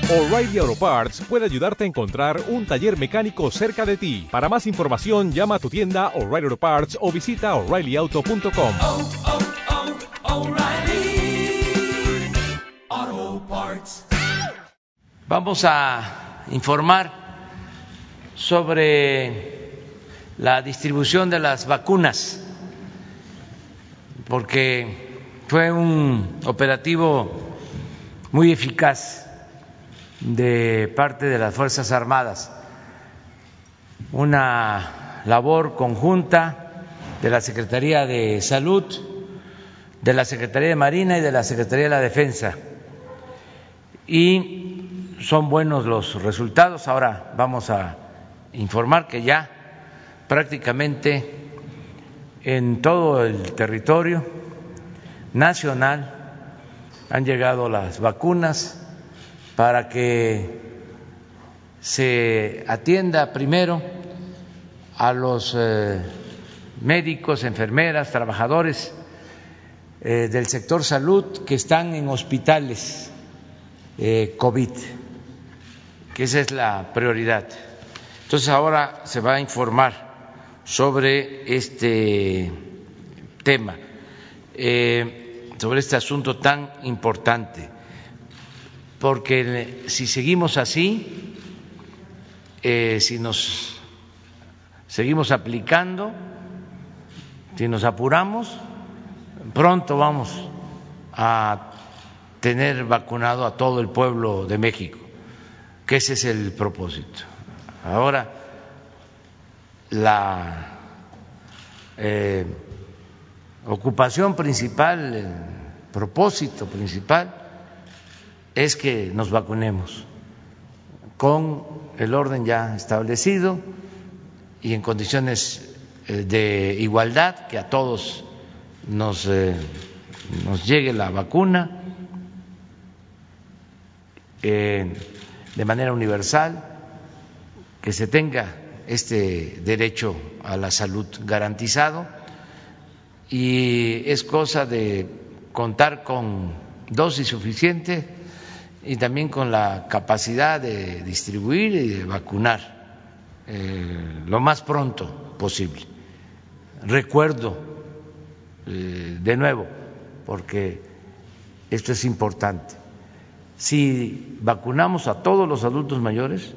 O'Reilly Auto Parts puede ayudarte a encontrar un taller mecánico cerca de ti. Para más información, llama a tu tienda O'Reilly Auto Parts o visita O'ReillyAuto.com. Auto Parts. Vamos a informar sobre la distribución de las vacunas, porque fue un operativo muy eficaz de parte de las Fuerzas Armadas, una labor conjunta de la Secretaría de Salud, de la Secretaría de Marina y de la Secretaría de la Defensa. Y son buenos los resultados. Ahora vamos a informar que ya prácticamente en todo el territorio nacional han llegado las vacunas para que se atienda primero a los médicos, enfermeras, trabajadores del sector salud que están en hospitales COVID, que esa es la prioridad. Entonces ahora se va a informar sobre este tema, sobre este asunto tan importante, porque si seguimos así, si nos seguimos aplicando, si nos apuramos, pronto vamos a tener vacunado a todo el pueblo de México, que ese es el propósito. Ahora, la ocupación principal, el propósito principal es que nos vacunemos con el orden ya establecido y en condiciones de igualdad, que a todos nos llegue la vacuna de manera universal, que se tenga este derecho a la salud garantizado, y es cosa de contar con dosis suficiente y también con la capacidad de distribuir y de vacunar lo más pronto posible. Recuerdo de nuevo, porque esto es importante, si vacunamos a todos los adultos mayores,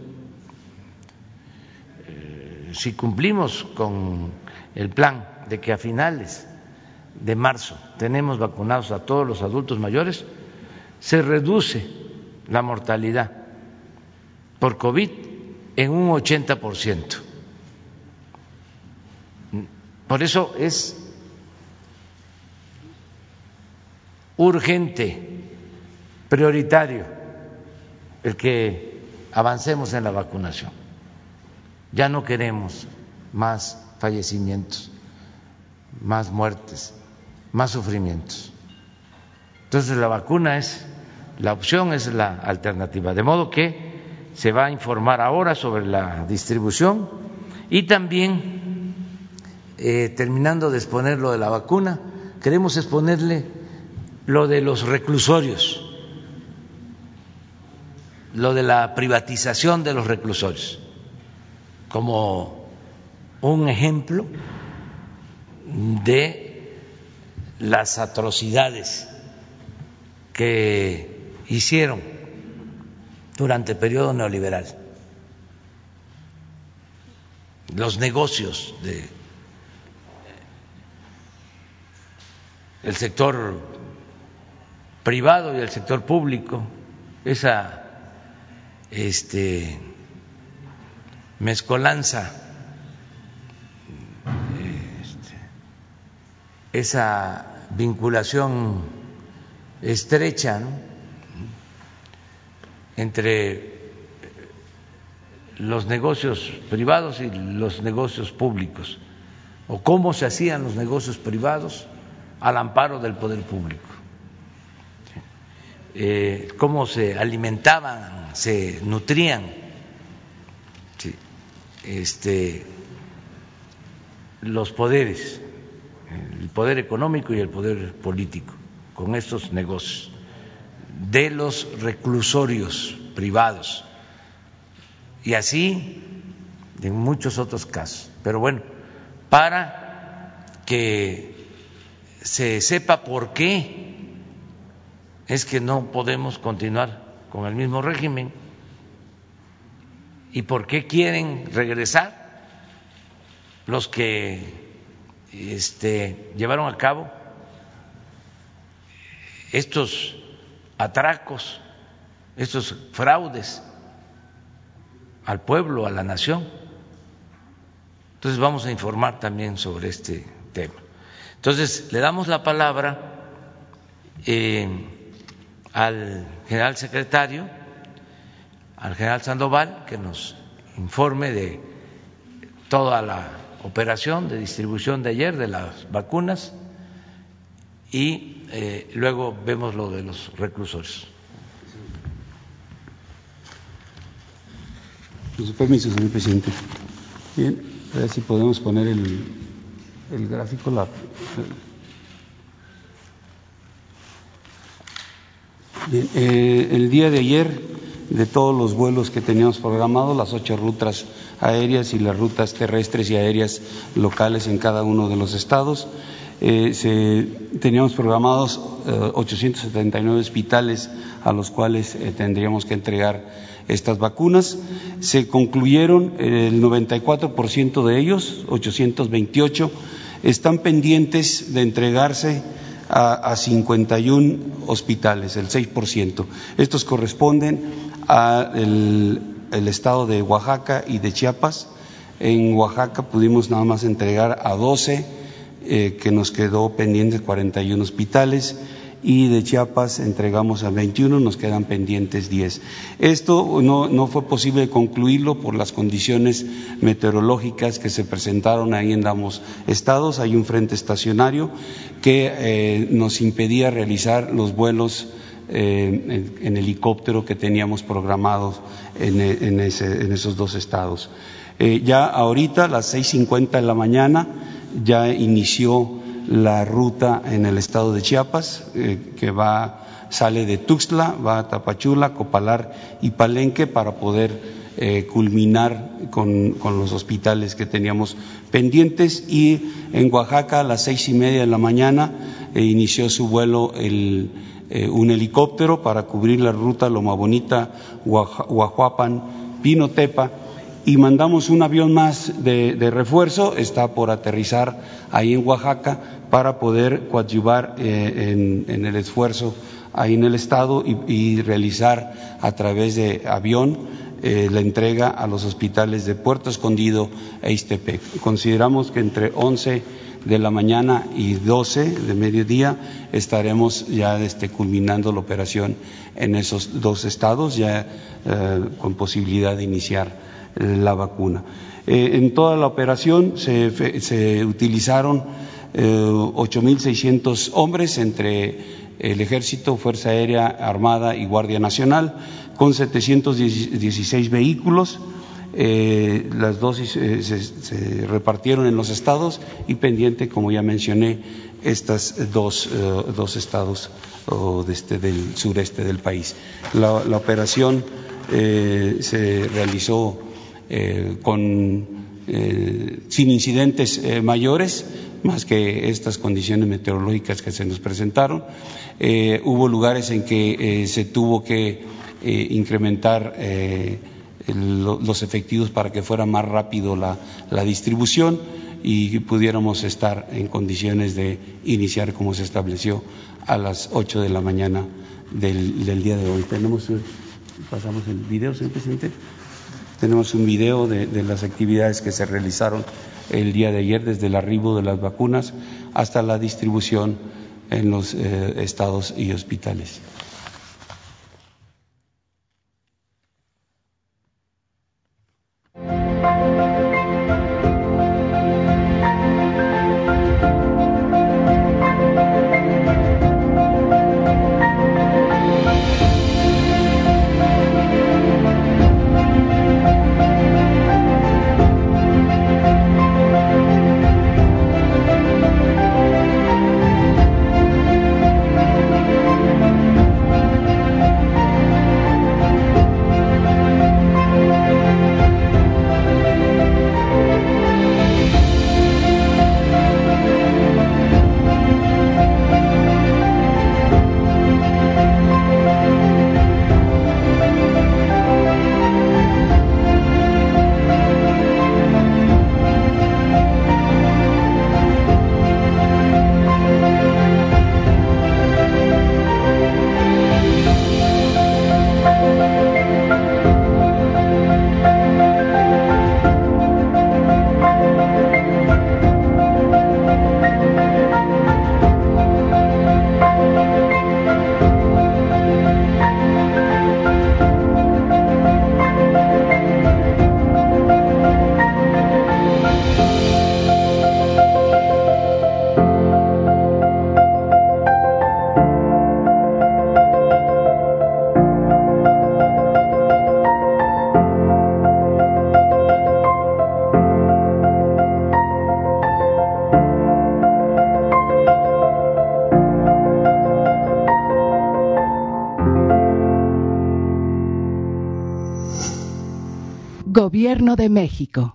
si cumplimos con el plan de que a finales de marzo tenemos vacunados a todos los adultos mayores, se reduce la mortalidad por COVID en un 80%. Por eso es urgente, prioritario, el que avancemos en la vacunación. Ya no queremos más fallecimientos, más muertes, más sufrimientos. Entonces la vacuna es la opción, es la alternativa. De modo que se va a informar ahora sobre la distribución y también, terminando de exponer lo de la vacuna, queremos exponerle lo de los reclusorios, lo de la privatización de los reclusorios, como un ejemplo de las atrocidades que hicieron durante el periodo neoliberal, los negocios del sector privado y el sector público, esa mezcolanza, esa vinculación estrecha, ¿no?, entre los negocios privados y los negocios públicos, o cómo se hacían los negocios privados al amparo del poder público, cómo se alimentaban, se nutrían los poderes, el poder económico y el poder político, con estos negocios de los reclusorios privados, y así en muchos otros casos. Pero bueno, para que se sepa por qué es que no podemos continuar con el mismo régimen y por qué quieren regresar los que llevaron a cabo estos atracos, estos fraudes al pueblo, a la nación. Entonces vamos a informar también sobre este tema. Entonces le damos la palabra al general secretario, al general Sandoval, que nos informe de toda la operación de distribución de ayer de las vacunas y luego vemos lo de los reclusorios. Con su permiso, señor presidente. Bien, a ver si podemos poner el gráfico. Bien, el día de ayer, de todos los vuelos que teníamos programados, las 8 rutas aéreas y las rutas terrestres y aéreas locales en cada uno de los estados, teníamos programados 879 hospitales a los cuales tendríamos que entregar estas vacunas. Se concluyeron el 94% de ellos, 828, están pendientes de entregarse a 51 hospitales, el 6%. Estos corresponden al estado de Oaxaca y de Chiapas. En Oaxaca pudimos nada más entregar a 12, que nos quedó pendientes 41 hospitales, y de Chiapas entregamos a 21, nos quedan pendientes 10. Esto no fue posible concluirlo por las condiciones meteorológicas que se presentaron ahí en ambos estados. Hay un frente estacionario que nos impedía realizar los vuelos en helicóptero que teníamos programados en esos dos estados. Ya ahorita a las 6:50 de la mañana ya inició la ruta en el estado de Chiapas, que sale de Tuxtla, va a Tapachula, Copalar y Palenque para poder culminar con los hospitales que teníamos pendientes. Y en Oaxaca a las 6:30 de la mañana inició su vuelo un helicóptero para cubrir la ruta Loma Bonita, Huajuapan, Pinotepa, y mandamos un avión más de refuerzo, está por aterrizar ahí en Oaxaca para poder coadyuvar en el esfuerzo ahí en el estado y realizar a través de avión la entrega a los hospitales de Puerto Escondido e Ixtepec. Consideramos que entre 11 de la mañana y 12 de mediodía estaremos ya culminando la operación en esos dos estados, ya con posibilidad de iniciar la vacuna. En toda la operación se utilizaron 8.600 hombres entre el Ejército, Fuerza Aérea, Armada y Guardia Nacional, con 716 vehículos. Las dosis se repartieron en los estados y pendiente, como ya mencioné, estas dos estados del sureste del país. La operación se realizó sin incidentes mayores, más que estas condiciones meteorológicas que se nos presentaron. Hubo lugares en que se tuvo que incrementar los efectivos para que fuera más rápido la distribución y pudiéramos estar en condiciones de iniciar como se estableció a las 8 de la mañana del día de hoy. Pasamos el video, señor presidente. Tenemos un video de las actividades que se realizaron el día de ayer, desde el arribo de las vacunas hasta la distribución en los estados y hospitales. Gobierno de México.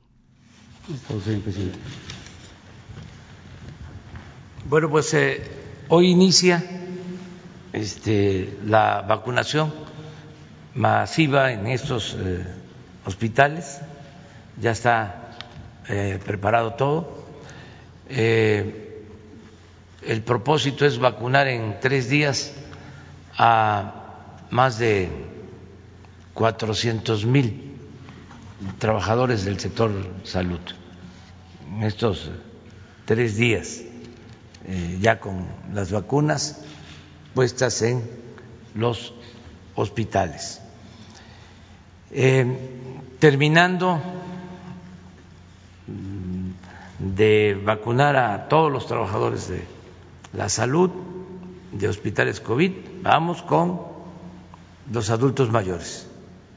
Bueno, pues hoy inicia la vacunación masiva en estos hospitales. Ya está preparado todo. El propósito es vacunar en 3 días a más de 400,000 trabajadores del sector salud. En estos 3 días, ya con las vacunas puestas en los hospitales. Terminando de vacunar a todos los trabajadores de la salud, de hospitales COVID, vamos con los adultos mayores.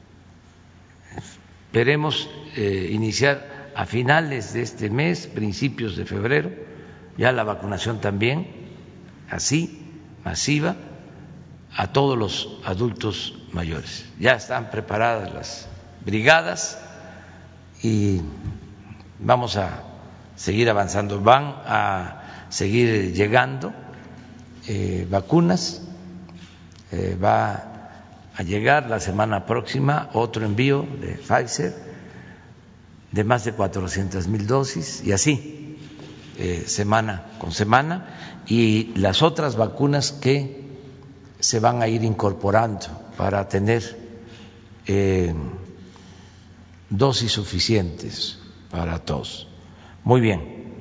Esperemos iniciar a finales de este mes, principios de febrero, ya la vacunación también, así, masiva, a todos los adultos mayores. Ya están preparadas las brigadas y vamos a seguir avanzando. Van a seguir llegando vacunas, va a llegar la semana próxima otro envío de Pfizer de más de 400,000 dosis y así semana con semana, y las otras vacunas que se van a ir incorporando para tener dosis suficientes para todos. Muy bien,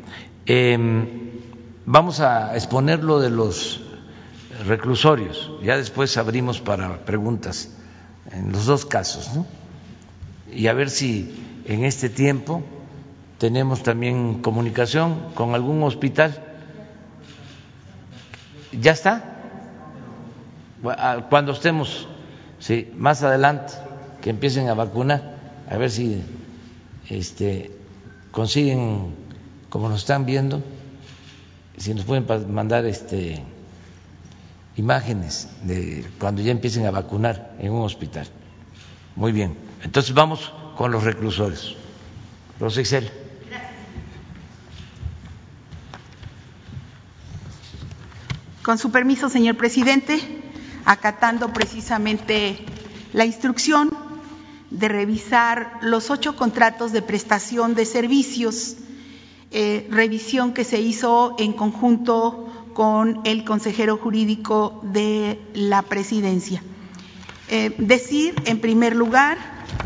vamos a exponer lo de los reclusorios, ya después abrimos para preguntas en los 2 casos, ¿no? Y a ver si en este tiempo tenemos también comunicación con algún hospital. ¿Ya está? Cuando estemos, sí, más adelante, que empiecen a vacunar, a ver si consiguen, como nos están viendo, si nos pueden mandar imágenes de cuando ya empiecen a vacunar en un hospital. Muy bien, entonces vamos con los reclusores. Rosa Isela. Con su permiso, señor presidente, acatando precisamente la instrucción de revisar los 8 contratos de prestación de servicios, revisión que se hizo en conjunto con el consejero jurídico de la presidencia. Decir, en primer lugar,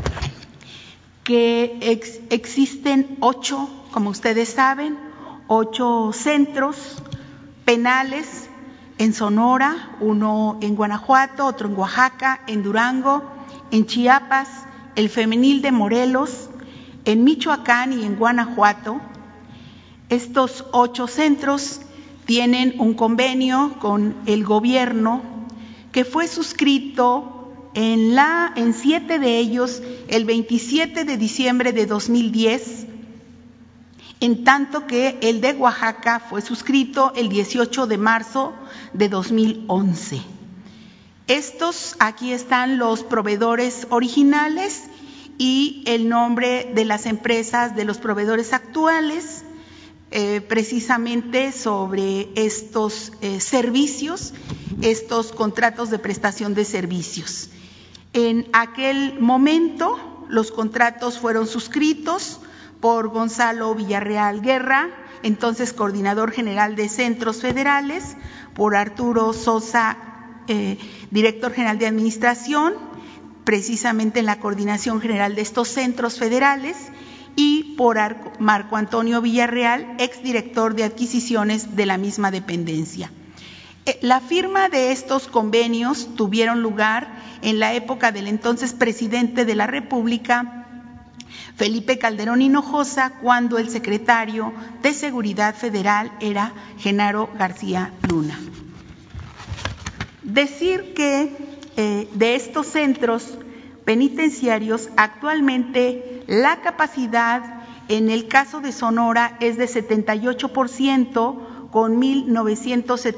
que existen 8, como ustedes saben, 8 centros penales en Sonora, uno en Guanajuato, otro en Oaxaca, en Durango, en Chiapas, el femenil de Morelos, en Michoacán y en Guanajuato. Estos 8 centros tienen un convenio con el gobierno que fue suscrito en 7 de ellos el 27 de diciembre de 2010, en tanto que el de Oaxaca fue suscrito el 18 de marzo de 2011. Aquí están los proveedores originales y el nombre de las empresas de los proveedores actuales, precisamente sobre estos servicios, estos contratos de prestación de servicios. En aquel momento, los contratos fueron suscritos por Gonzalo Villarreal Guerra, entonces coordinador general de Centros Federales, por Arturo Sosa, director general de Administración, precisamente en la coordinación general de estos centros federales, y por Marco Antonio Villarreal, exdirector de adquisiciones de la misma dependencia. La firma de estos convenios tuvieron lugar en la época del entonces presidente de la República, Felipe Calderón Hinojosa, cuando el secretario de Seguridad Federal era Genaro García Luna. Decir que de estos centros penitenciarios, actualmente la capacidad en el caso de Sonora es de 78%, con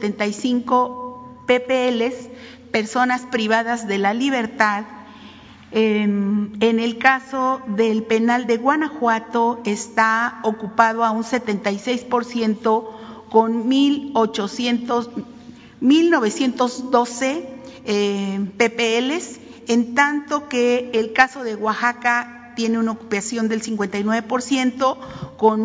1,975 PPLs, personas privadas de la libertad, En el caso del penal de Guanajuato está ocupado a un 76% con 1,912 PPLs, en tanto que el caso de Oaxaca tiene una ocupación del 59% con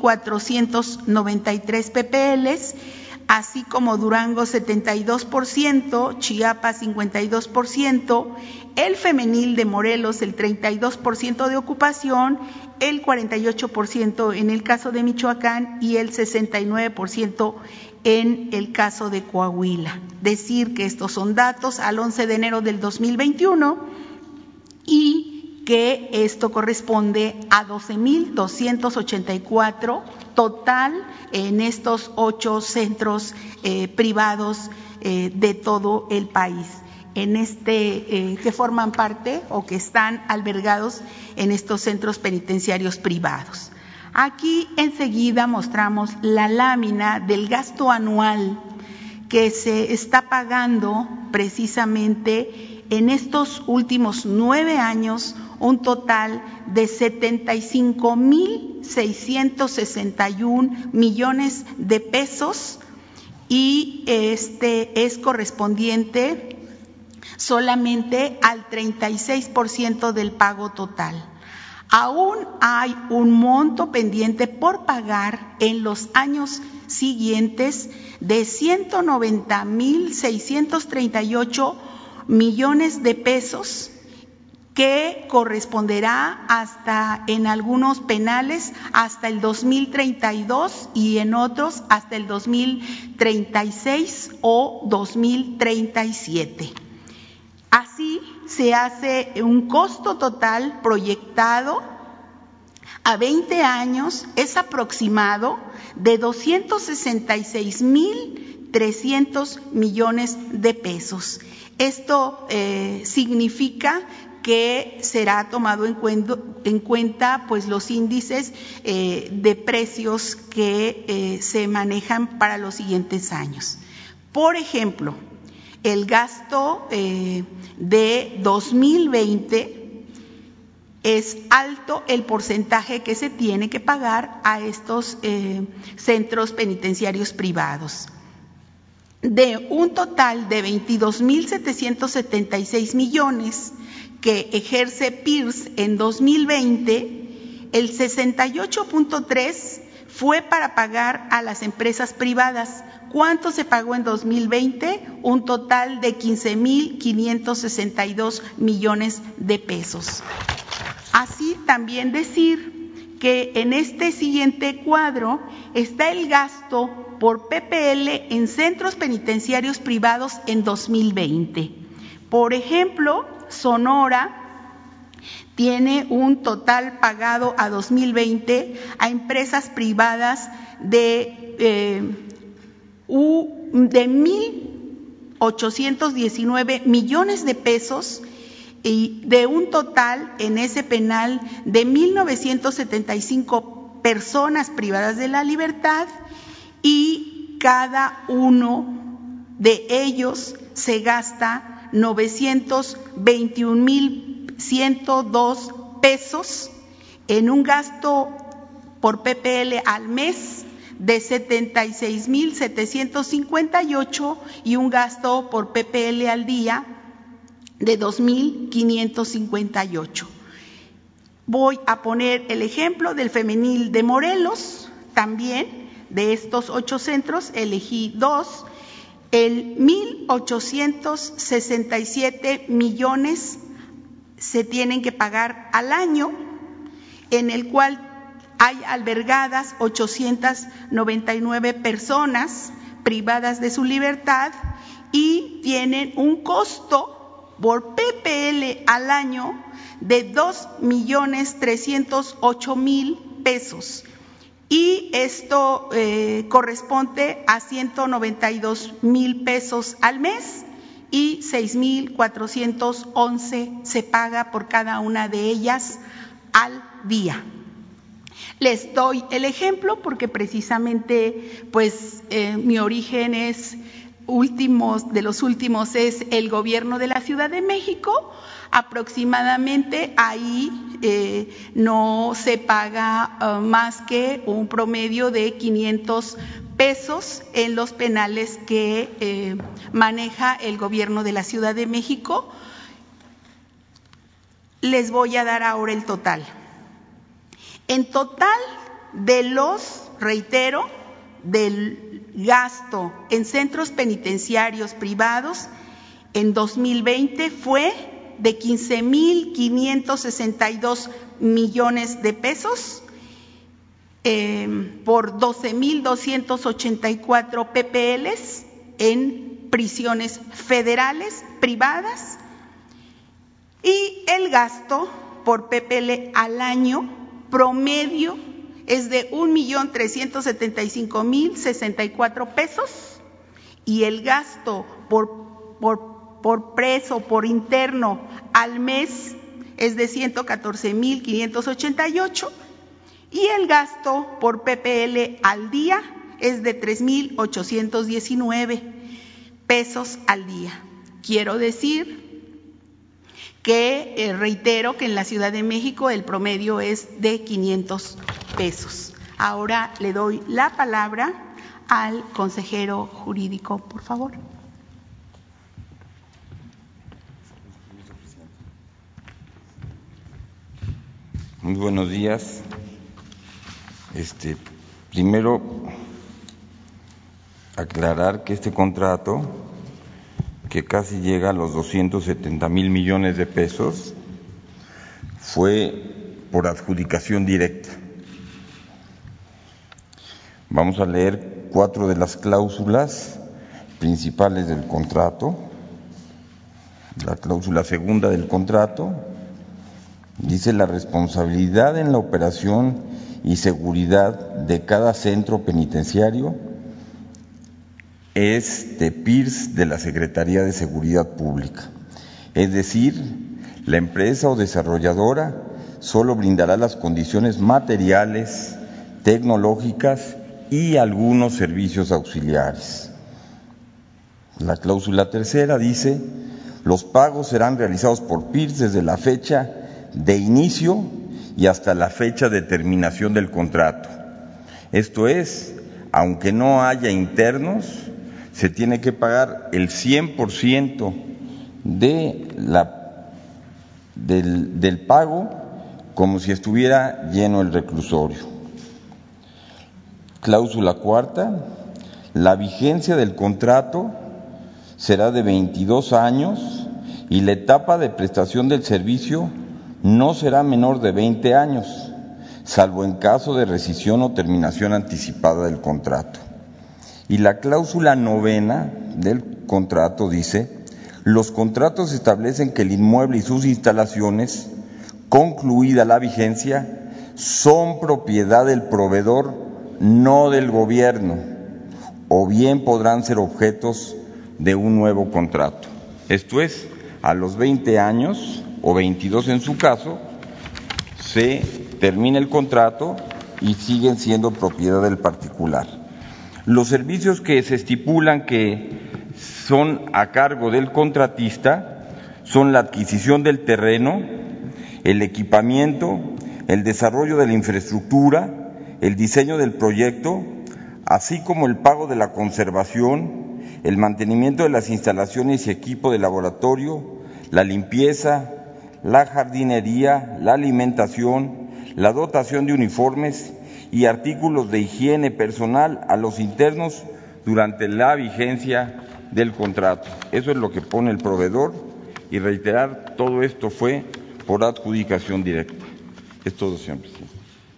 1,493 PPLs, así como Durango 72%, Chiapas 52%, el femenil de Morelos el 32% de ocupación, el 48% en el caso de Michoacán y el 69% en el caso de Coahuila. Decir que estos son datos al 11 de enero del 2021 y que esto corresponde a 12,284 total en estos 8 centros privados de todo el país, que forman parte o que están albergados en estos centros penitenciarios privados. Aquí enseguida mostramos la lámina del gasto anual que se está pagando precisamente en estos últimos 9 años, un total de 75,661 millones de pesos, y este es correspondiente solamente al 36% del pago total. Aún hay un monto pendiente por pagar en los años siguientes de 190,638 millones de pesos, que corresponderá hasta, en algunos penales, hasta el 2032 y en otros hasta el 2036 o 2037. Así se hace un costo total proyectado a 20 años, es aproximado de 266,300 millones de pesos. Esto significa que será tomado en cuenta pues los índices de precios que se manejan para los siguientes años. Por ejemplo, el gasto de 2020 es alto el porcentaje que se tiene que pagar a estos centros penitenciarios privados. De un total de 22,776 millones que ejerce PIRS en 2020, el 68,3% fue para pagar a las empresas privadas. ¿Cuánto se pagó en 2020? Un total de 15,562 millones de pesos. Así también decir que en este siguiente cuadro está el gasto por PPL en centros penitenciarios privados en 2020. Por ejemplo, Sonora tiene un total pagado a 2020 a empresas privadas de 1,819 millones de pesos, y de un total en ese penal de 1,975 personas privadas de la libertad, y cada uno de ellos se gasta 921,102 pesos en un gasto por PPL al mes de 76,758 y un gasto por PPL al día de 2,558. Voy a poner el ejemplo del femenil de Morelos. También de estos 8 centros elegí 2. El 1,867 millones se tienen que pagar al año, en el cual hay albergadas 899 personas privadas de su libertad y tienen un costo por PPL al año de 2,308,000 pesos. Y esto corresponde a 192,000 pesos al mes, y 6,411 se paga por cada una de ellas al día. Les doy el ejemplo porque precisamente pues mi origen es los últimos es el gobierno de la Ciudad de México. Aproximadamente ahí no se paga más que un promedio de 500 pesos en los penales que maneja el gobierno de la Ciudad de México. Les voy a dar ahora el total. En total de los, reitero, del gasto en centros penitenciarios privados en 2020 fue de 15,562 millones de pesos por 12,284 PPLs en prisiones federales privadas, y el gasto por PPL al año promedio es de 1,375,064 pesos, y el gasto por preso, por interno al mes es de 114,588, y el gasto por PPL al día es de 3,819 pesos al día. Quiero decir que reitero que en la Ciudad de México el promedio es de 500 pesos. Ahora le doy la palabra al consejero jurídico, por favor. Muy buenos días. Primero, aclarar que este contrato, que casi llega a los 270,000 millones de pesos, fue por adjudicación directa. Vamos a leer 4 de las cláusulas principales del contrato. La cláusula segunda del contrato dice: la responsabilidad en la operación y seguridad de cada centro penitenciario es de PIRS de la Secretaría de Seguridad Pública. Es decir, la empresa o desarrolladora solo brindará las condiciones materiales, tecnológicas y algunos servicios auxiliares. La cláusula tercera dice: los pagos serán realizados por PIRS desde la fecha de inicio y hasta la fecha de terminación del contrato. Esto es, aunque no haya internos, se tiene que pagar el 100% del pago, como si estuviera lleno el reclusorio. Cláusula cuarta: la vigencia del contrato será de 22 años y la etapa de prestación del servicio no será menor de 20 años, salvo en caso de rescisión o terminación anticipada del contrato. Y la cláusula novena del contrato dice: los contratos establecen que el inmueble y sus instalaciones, concluida la vigencia, son propiedad del proveedor, no del gobierno, o bien podrán ser objetos de un nuevo contrato. Esto es, a los 20 años, o 22 en su caso, se termina el contrato y siguen siendo propiedad del particular. Los servicios que se estipulan que son a cargo del contratista son la adquisición del terreno, el equipamiento, el desarrollo de la infraestructura, el diseño del proyecto, así como el pago de la conservación, el mantenimiento de las instalaciones y equipo de laboratorio, la limpieza, la jardinería, la alimentación, la dotación de uniformes y artículos de higiene personal a los internos durante la vigencia del contrato. Eso es lo que pone el proveedor, y reiterar, todo esto fue por adjudicación directa. Es todo, señor presidente.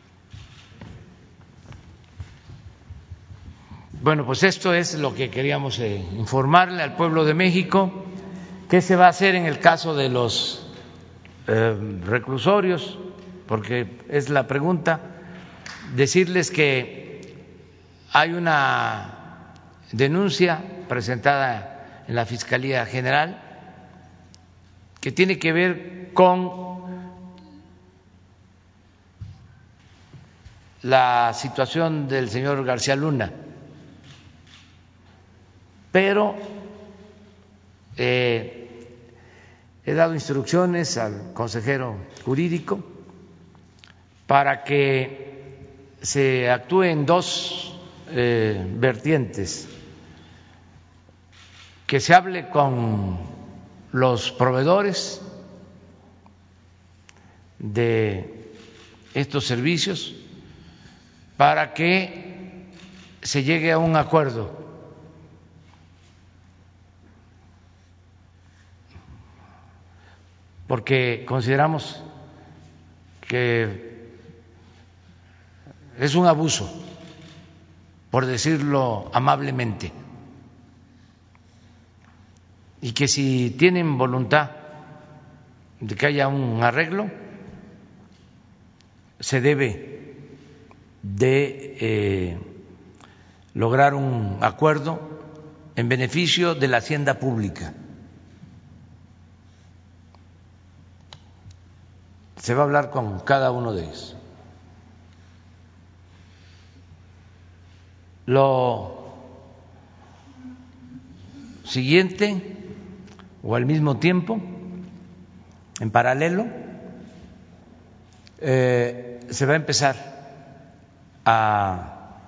Bueno, pues esto es lo que queríamos informarle al pueblo de México. ¿Qué se va a hacer en el caso de los reclusorios? Porque es la pregunta. Decirles que hay una denuncia presentada en la Fiscalía General que tiene que ver con la situación del señor García Luna. pero he dado instrucciones al consejero jurídico para que se actúe en dos vertientes, que se hable con los proveedores de estos servicios para que se llegue a un acuerdo. Porque consideramos que es un abuso, por decirlo amablemente, y que si tienen voluntad de que haya un arreglo, se debe de lograr un acuerdo en beneficio de la hacienda pública. Se va a hablar con cada uno de ellos. Lo siguiente, o al mismo tiempo, en paralelo, se va a empezar a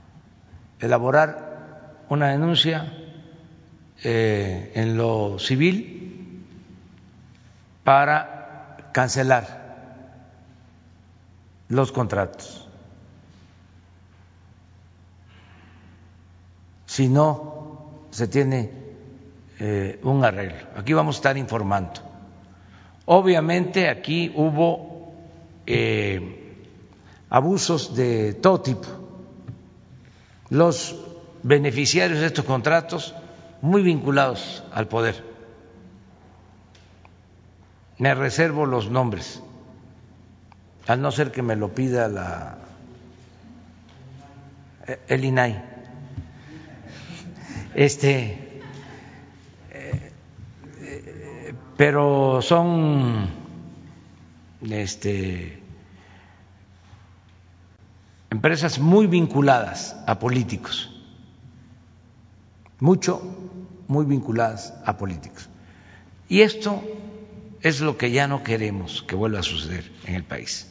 elaborar una denuncia en lo civil para cancelar los contratos. Si no se tiene un arreglo. Aquí vamos a estar informando. Obviamente aquí hubo abusos de todo tipo. Los beneficiarios de estos contratos muy vinculados al poder. Me reservo los nombres, al no ser que me lo pida el INAI. Pero son empresas muy vinculadas a políticos, muy vinculadas a políticos. Y esto es lo que ya no queremos que vuelva a suceder en el país.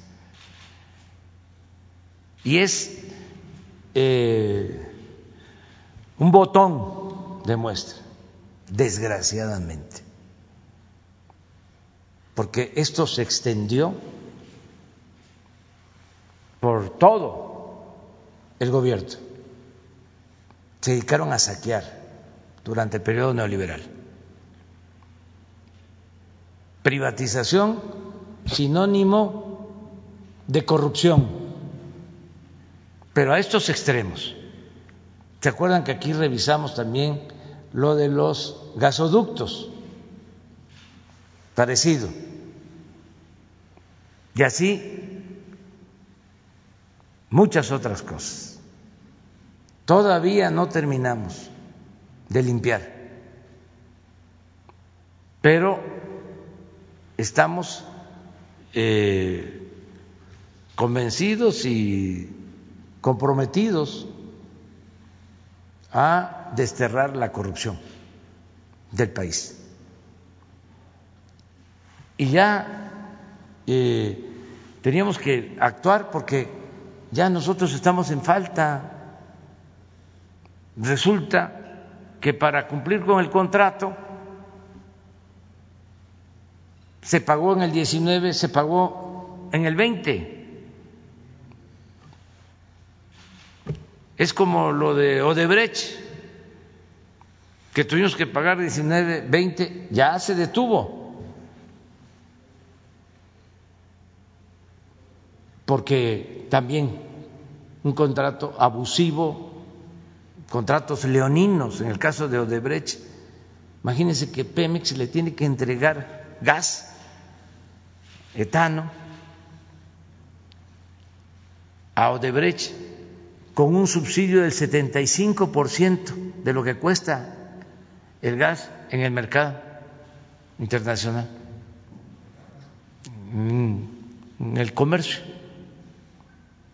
Y es un botón de muestra, desgraciadamente, porque esto se extendió por todo el gobierno. Se dedicaron a saquear durante el periodo neoliberal. Privatización, sinónimo de corrupción, pero a estos extremos. ¿Se acuerdan que aquí revisamos también lo de los gasoductos? Parecido. Y así muchas otras cosas. Todavía no terminamos de limpiar, pero estamos convencidos y comprometidos a desterrar la corrupción del país. Y ya teníamos que actuar porque ya nosotros estamos en falta. Resulta que para cumplir con el contrato se pagó en el 19, se pagó en el 20. Es como lo de Odebrecht, que tuvimos que pagar 19, 20, ya se detuvo, porque también un contrato abusivo, contratos leoninos en el caso de Odebrecht. Imagínense que Pemex le tiene que entregar gas, etano, a Odebrecht con un subsidio del 75% de lo que cuesta el gas en el mercado internacional, en el comercio.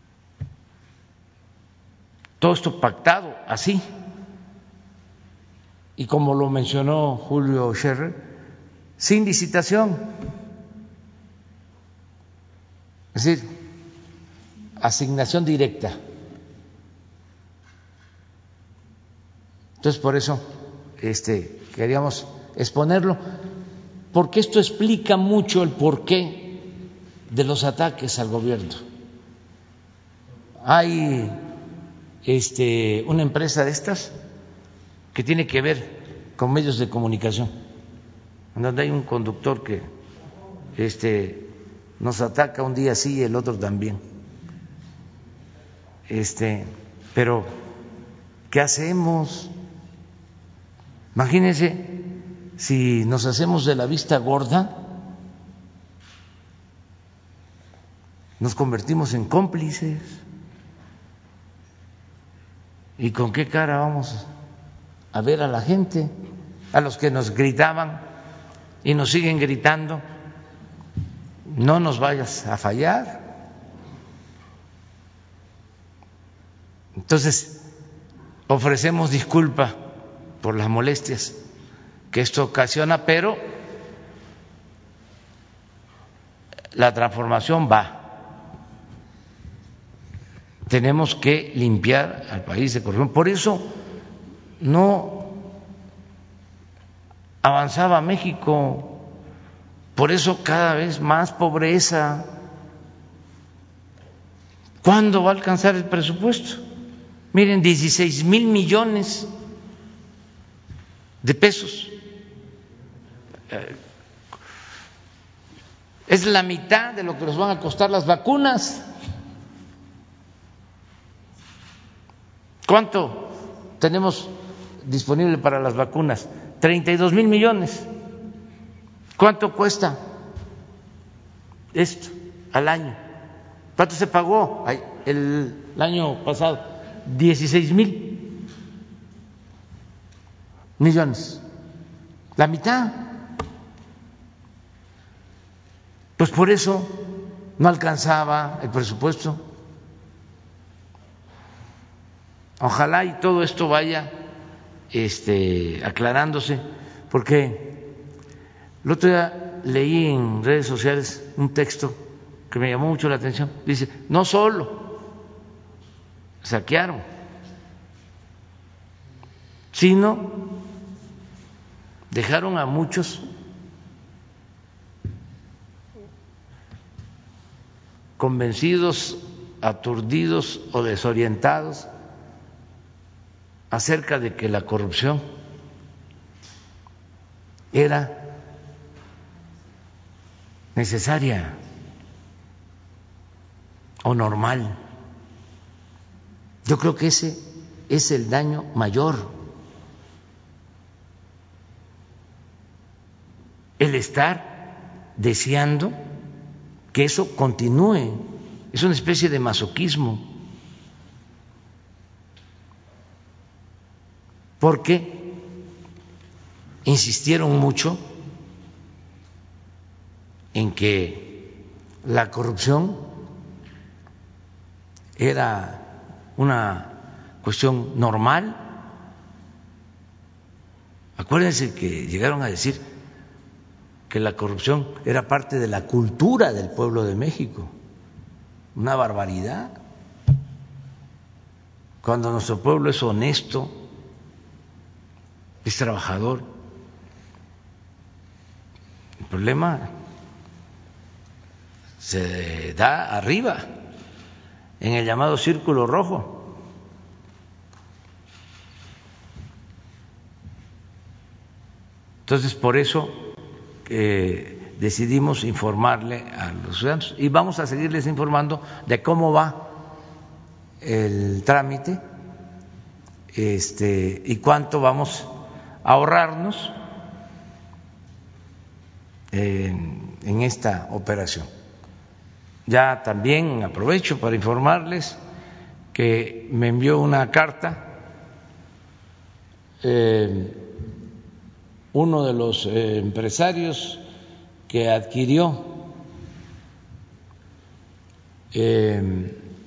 Todo esto pactado así. y como lo mencionó Julio Scherer, sin licitación, es decir, asignación directa. Entonces, por eso queríamos exponerlo, porque esto explica mucho el porqué de los ataques al gobierno. Hay una empresa de estas que tiene que ver con medios de comunicación, en donde hay un conductor que nos ataca un día sí y el otro también. Pero ¿qué hacemos? Imagínense si nos hacemos de la vista gorda, nos convertimos en cómplices. ¿Y con qué cara vamos a ver a la gente, a los que nos gritaban y nos siguen gritando? No nos vayas a fallar. Entonces, ofrecemos disculpa por las molestias que esto ocasiona, pero la transformación va. Tenemos que limpiar al país de corrupción. Por eso no avanzaba México, por eso cada vez más pobreza. ¿Cuándo va a alcanzar el presupuesto? Miren, 16,000 millones de pesos. Es la mitad de lo que nos van a costar las vacunas. ¿Cuánto tenemos disponible para las vacunas? 32,000 millones. ¿Cuánto cuesta esto al año? ¿Cuánto se pagó el año pasado? 16,000 millones. La mitad. Pues por eso no alcanzaba el presupuesto. Ojalá y todo esto vaya aclarándose, porque el otro día leí en redes sociales un texto que me llamó mucho la atención. Dice, no solo saquearon, sino dejaron a muchos convencidos, aturdidos o desorientados acerca de que la corrupción era necesaria o normal. Yo creo que ese es el daño mayor, el estar deseando que eso continúe. Es una especie de masoquismo, porque insistieron mucho en que la corrupción era una cuestión normal. Acuérdense que llegaron a decir que la corrupción era parte de la cultura del pueblo de México. Una barbaridad. Cuando nuestro pueblo es honesto, es trabajador. El problema se da arriba, en el llamado círculo rojo. Entonces, por eso decidimos informarle a los ciudadanos y vamos a seguirles informando de cómo va el trámite y cuánto vamos a ahorrarnos en esta operación. Ya también aprovecho para informarles que me envió una carta uno de los empresarios que adquirió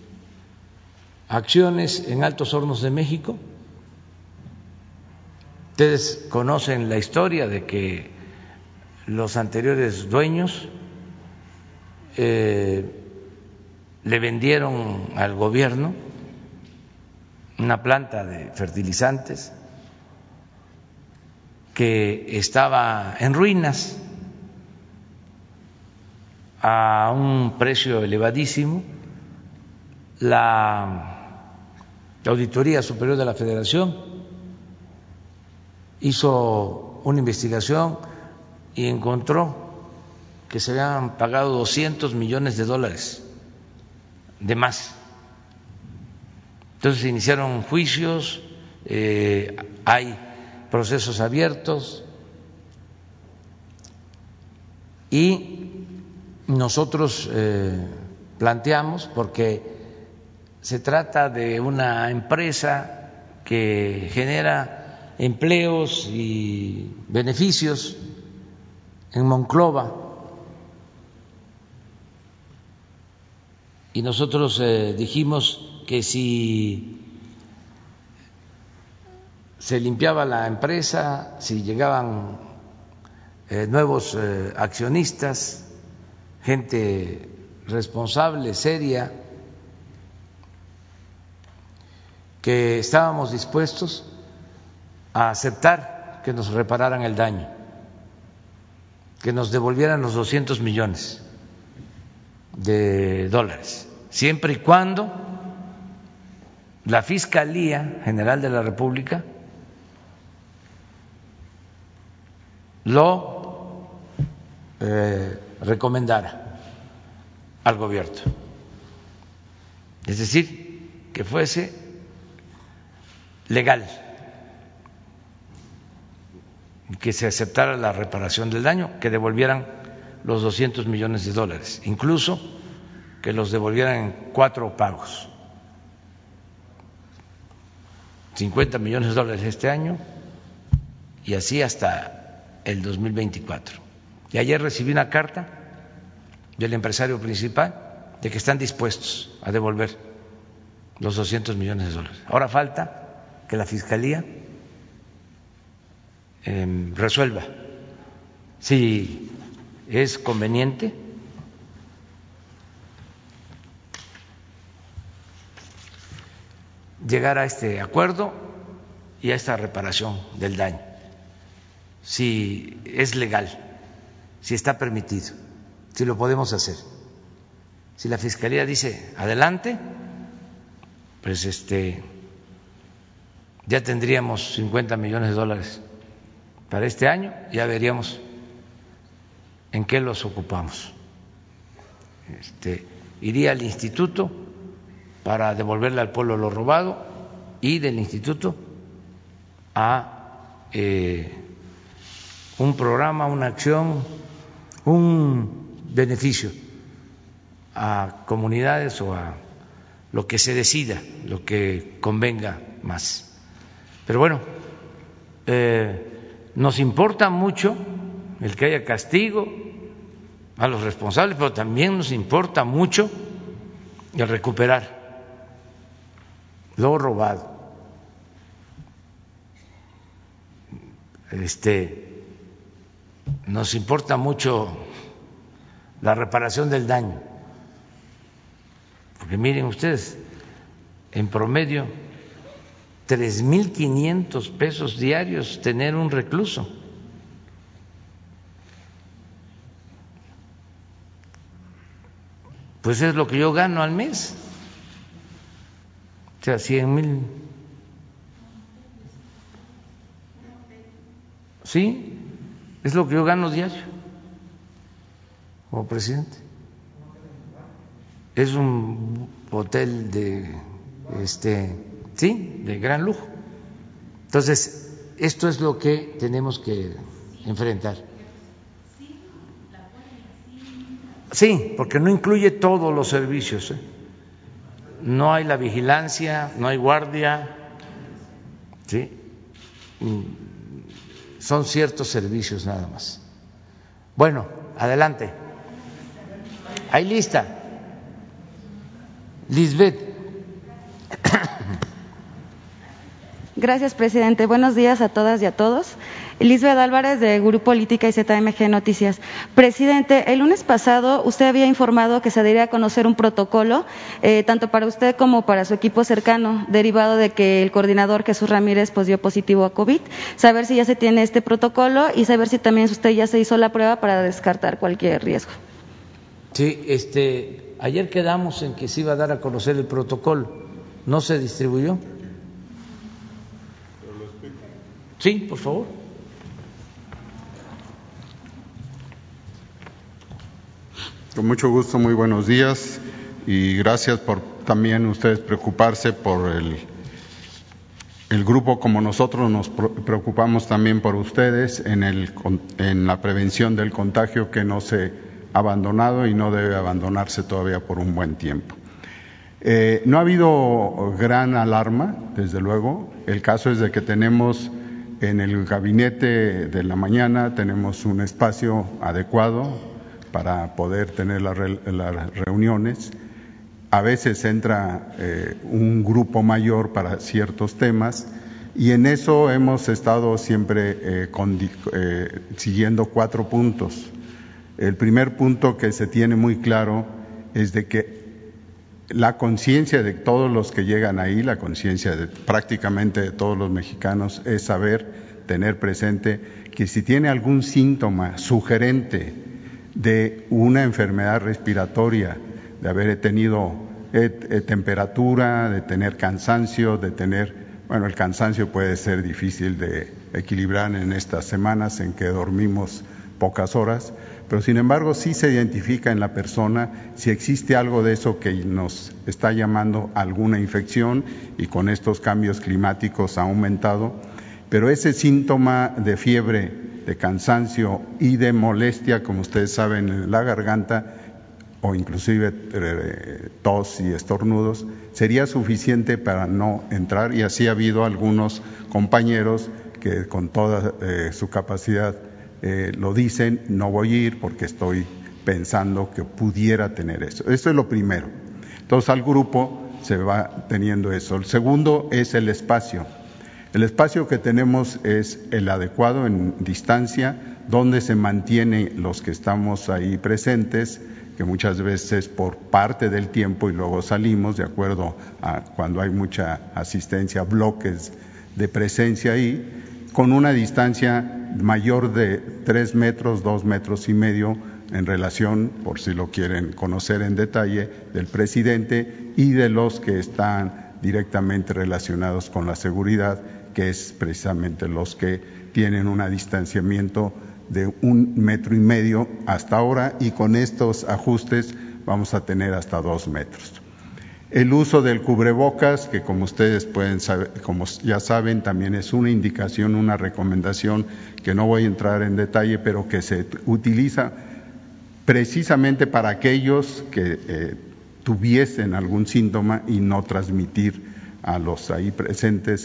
acciones en Altos Hornos de México, Ustedes conocen la historia de que los anteriores dueños le vendieron al gobierno una planta de fertilizantes que estaba en ruinas a un precio elevadísimo. La Auditoría Superior de la Federación hizo una investigación y encontró que se habían pagado $200 millones de más. Entonces se iniciaron juicios, hay procesos abiertos y nosotros planteamos, porque se trata de una empresa que genera empleos y beneficios en Monclova, y nosotros dijimos que si se limpiaba la empresa, si llegaban nuevos accionistas, gente responsable, seria, que estábamos dispuestos a aceptar que nos repararan el daño, que nos devolvieran los $200 millones, siempre y cuando la Fiscalía General de la República lo recomendara al gobierno, es decir, que fuese legal, que se aceptara la reparación del daño, que devolvieran los $200 millones, incluso que los devolvieran en 4 pagos, $50 millones este año y así hasta el 2024. Y ayer recibí una carta del empresario principal de que están dispuestos a devolver los $200 millones. Ahora falta que la Fiscalía resuelva si es conveniente llegar a este acuerdo y a esta reparación del daño, si es legal, si está permitido, si lo podemos hacer. Si la Fiscalía dice adelante, pues ya tendríamos $50 millones para este año, ya veríamos en qué los ocupamos. Iría al instituto para devolverle al pueblo lo robado y del instituto a un programa, una acción, un beneficio a comunidades o a lo que se decida, lo que convenga más. Pero bueno, nos importa mucho el que haya castigo a los responsables, pero también nos importa mucho el recuperar lo robado. Nos importa mucho la reparación del daño, porque miren ustedes, en promedio 3,500 pesos diarios tener un recluso. Pues es lo que yo gano al mes, o sea, 100,000. Sí, es lo que yo gano diario como presidente. Es un hotel de de gran lujo. Entonces, esto es lo que tenemos que enfrentar. Sí, porque no incluye todos los servicios. No hay la vigilancia, no hay guardia, ¿sí? Son ciertos servicios nada más. Bueno, adelante. Hay lista. Lisbeth. Gracias, presidente. Buenos días a todas y a todos. Lisbeth Álvarez, de Grupo Política y ZMG Noticias. Presidente, el lunes pasado usted había informado que se daría a conocer un protocolo, tanto para usted como para su equipo cercano, derivado de que el coordinador Jesús Ramírez dio positivo a COVID. Saber si ya se tiene este protocolo y saber si también usted ya se hizo la prueba para descartar cualquier riesgo. Sí, ayer quedamos en que se iba a dar a conocer el protocolo. ¿No se distribuyó? Sí, por favor. Con mucho gusto, muy buenos días y gracias por también ustedes preocuparse por el grupo, como nosotros nos preocupamos también por ustedes en la prevención del contagio, que no se ha abandonado y no debe abandonarse todavía por un buen tiempo. No ha habido gran alarma, desde luego. El caso es de que tenemos en el gabinete de la mañana tenemos un espacio adecuado para poder tener las reuniones. A veces entra un grupo mayor para ciertos temas y en eso hemos estado siempre siguiendo 4 puntos. El primer punto que se tiene muy claro es de que la conciencia de todos los que llegan ahí, la conciencia de prácticamente de todos los mexicanos, es tener presente que si tiene algún síntoma sugerente de una enfermedad respiratoria, de haber tenido temperatura, de tener cansancio, el cansancio puede ser difícil de equilibrar en estas semanas en que dormimos pocas horas, pero sin embargo sí se identifica en la persona si existe algo de eso que nos está llamando alguna infección, y con estos cambios climáticos ha aumentado, pero ese síntoma de fiebre, de cansancio y de molestia, como ustedes saben, en la garganta o inclusive tos y estornudos, sería suficiente para no entrar, y así ha habido algunos compañeros que con toda su capacidad lo dicen: no voy a ir porque estoy pensando que pudiera tener eso. Eso es lo primero. Entonces al grupo se va teniendo eso. El segundo es el espacio. El espacio que tenemos es el adecuado en distancia, donde se mantiene los que estamos ahí presentes, que muchas veces por parte del tiempo y luego salimos de acuerdo a cuando hay mucha asistencia, bloques de presencia ahí, con una distancia mayor de 3 metros, 2 metros y medio en relación, por si lo quieren conocer en detalle, del presidente y de los que están directamente relacionados con la seguridad, que es precisamente los que tienen un distanciamiento de 1,5 metros hasta ahora, y con estos ajustes vamos a tener hasta 2 metros. El uso del cubrebocas, que como ustedes pueden saber, como ya saben, también es una indicación, una recomendación que no voy a entrar en detalle, pero que se utiliza precisamente para aquellos que tuviesen algún síntoma y no transmitir a los ahí presentes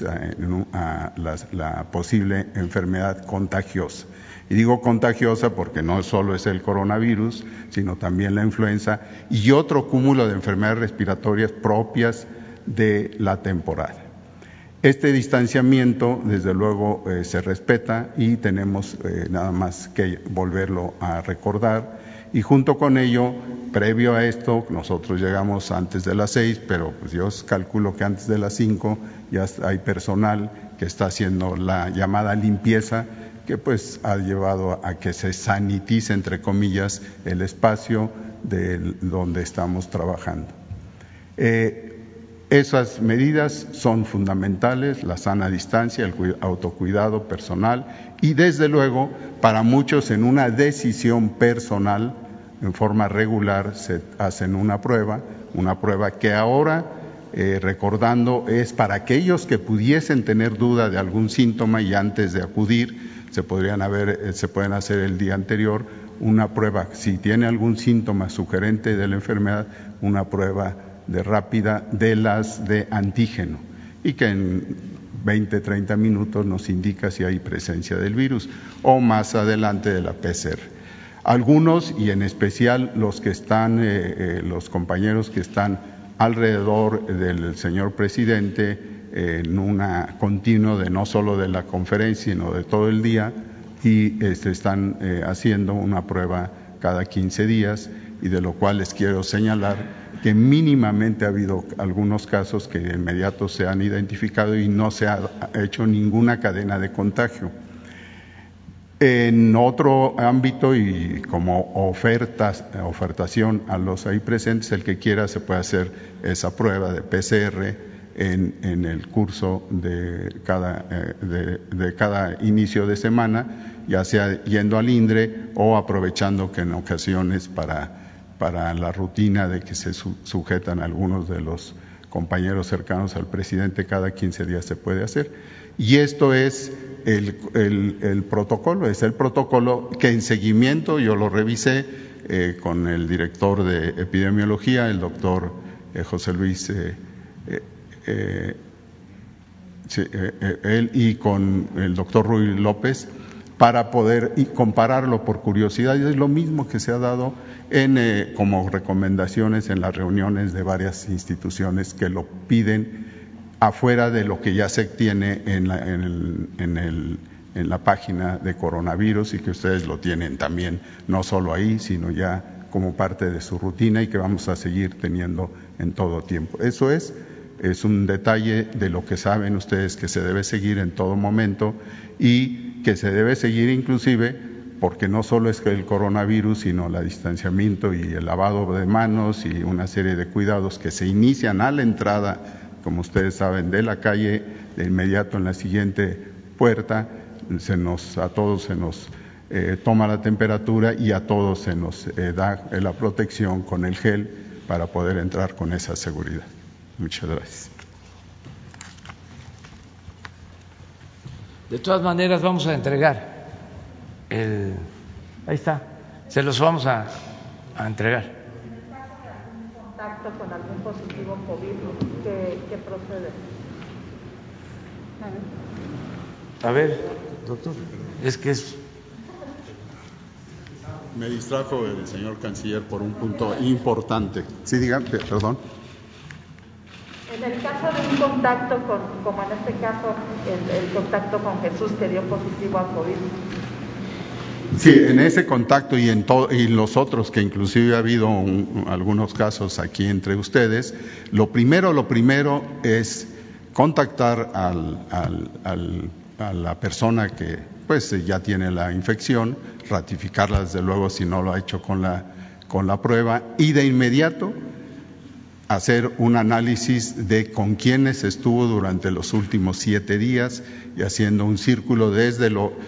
a la posible enfermedad contagiosa. Y digo contagiosa porque no solo es el coronavirus, sino también la influenza y otro cúmulo de enfermedades respiratorias propias de la temporada. Este distanciamiento, desde luego, se respeta y tenemos nada más que volverlo a recordar. Y junto con ello, previo a esto, nosotros llegamos antes de las 6, pero pues yo calculo que antes de las 5 ya hay personal que está haciendo la llamada limpieza, que pues ha llevado a que se sanitice, entre comillas, el espacio de donde estamos trabajando. Esas medidas son fundamentales: la sana distancia, el autocuidado personal y, desde luego, para muchos en una decisión personal, en forma regular se hacen una prueba que ahora, recordando, es para aquellos que pudiesen tener duda de algún síntoma y antes de acudir se pueden hacer el día anterior una prueba. Si tiene algún síntoma sugerente de la enfermedad, una prueba rápida de las de antígeno, y que en 20, 30 minutos nos indica si hay presencia del virus, o más adelante de la PCR. Algunos, y en especial los que están, los compañeros que están alrededor del señor presidente, en una continuo de no solo de la conferencia, sino de todo el día, y están haciendo una prueba cada 15 días, y de lo cual les quiero señalar que mínimamente ha habido algunos casos que de inmediato se han identificado y no se ha hecho ninguna cadena de contagio. En otro ámbito y como ofertación a los ahí presentes, el que quiera se puede hacer esa prueba de PCR en el curso de cada inicio de semana, ya sea yendo al INDRE o aprovechando que en ocasiones para la rutina de que se sujetan algunos de los compañeros cercanos al presidente, cada 15 días se puede hacer. Y esto es el protocolo, es el protocolo que en seguimiento yo lo revisé con el director de epidemiología, el doctor José Luis, él y con el doctor Ruy López, para poder compararlo por curiosidad. Y es lo mismo que se ha dado como recomendaciones en las reuniones de varias instituciones que lo piden afuera de lo que ya se tiene en la página de coronavirus, y que ustedes lo tienen también, no solo ahí, sino ya como parte de su rutina, y que vamos a seguir teniendo en todo tiempo. Eso es un detalle de lo que saben ustedes que se debe seguir en todo momento, y que se debe seguir inclusive porque no solo es que el coronavirus, sino el distanciamiento y el lavado de manos y una serie de cuidados que se inician a la entrada, como ustedes saben, de la calle, de inmediato en la siguiente puerta, a todos se nos toma la temperatura y a todos se nos da la protección con el gel para poder entrar con esa seguridad. Muchas gracias. De todas maneras vamos a entregar ahí está, se los vamos a entregar. Contacto con algún positivo COVID, ¿qué procede? A ver, doctor, es que es... Me distrajo el señor canciller por un punto importante. Sí, dígame, perdón. En el caso de un contacto como en este caso, el contacto con Jesús que dio positivo a COVID. Sí, en ese contacto y los otros que inclusive ha habido algunos casos aquí entre ustedes, lo primero es contactar a la persona que pues ya tiene la infección, ratificarla desde luego si no lo ha hecho con la prueba, y de inmediato hacer un análisis de con quiénes estuvo durante los últimos 7 días y haciendo un círculo desde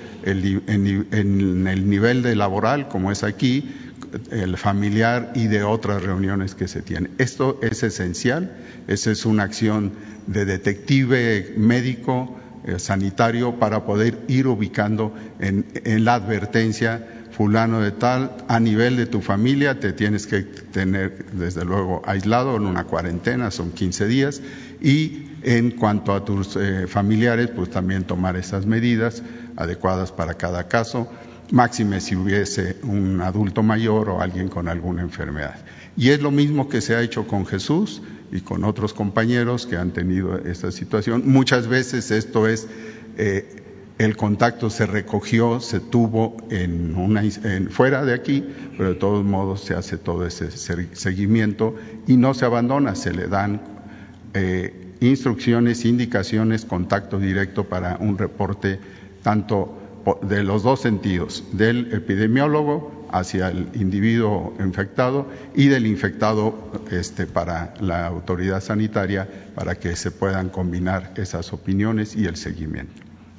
en el nivel de laboral, como es aquí, el familiar y de otras reuniones que se tienen. Esto es esencial, esa es una acción de detective médico, sanitario, para poder ir ubicando en la advertencia: fulano de tal, a nivel de tu familia te tienes que tener desde luego aislado en una cuarentena, son 15 días, y en cuanto a tus familiares, pues también tomar esas medidas adecuadas para cada caso, máxime si hubiese un adulto mayor o alguien con alguna enfermedad. Y es lo mismo que se ha hecho con Jesús y con otros compañeros que han tenido esta situación. Muchas veces esto es... el contacto se recogió, se tuvo fuera de aquí, pero de todos modos se hace todo ese seguimiento y no se abandona, se le dan instrucciones, indicaciones, contacto directo para un reporte tanto de los dos sentidos, del epidemiólogo hacia el individuo infectado y del infectado para la autoridad sanitaria, para que se puedan combinar esas opiniones y el seguimiento.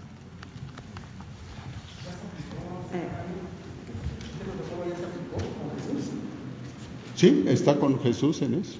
Sí, está con Jesús en eso.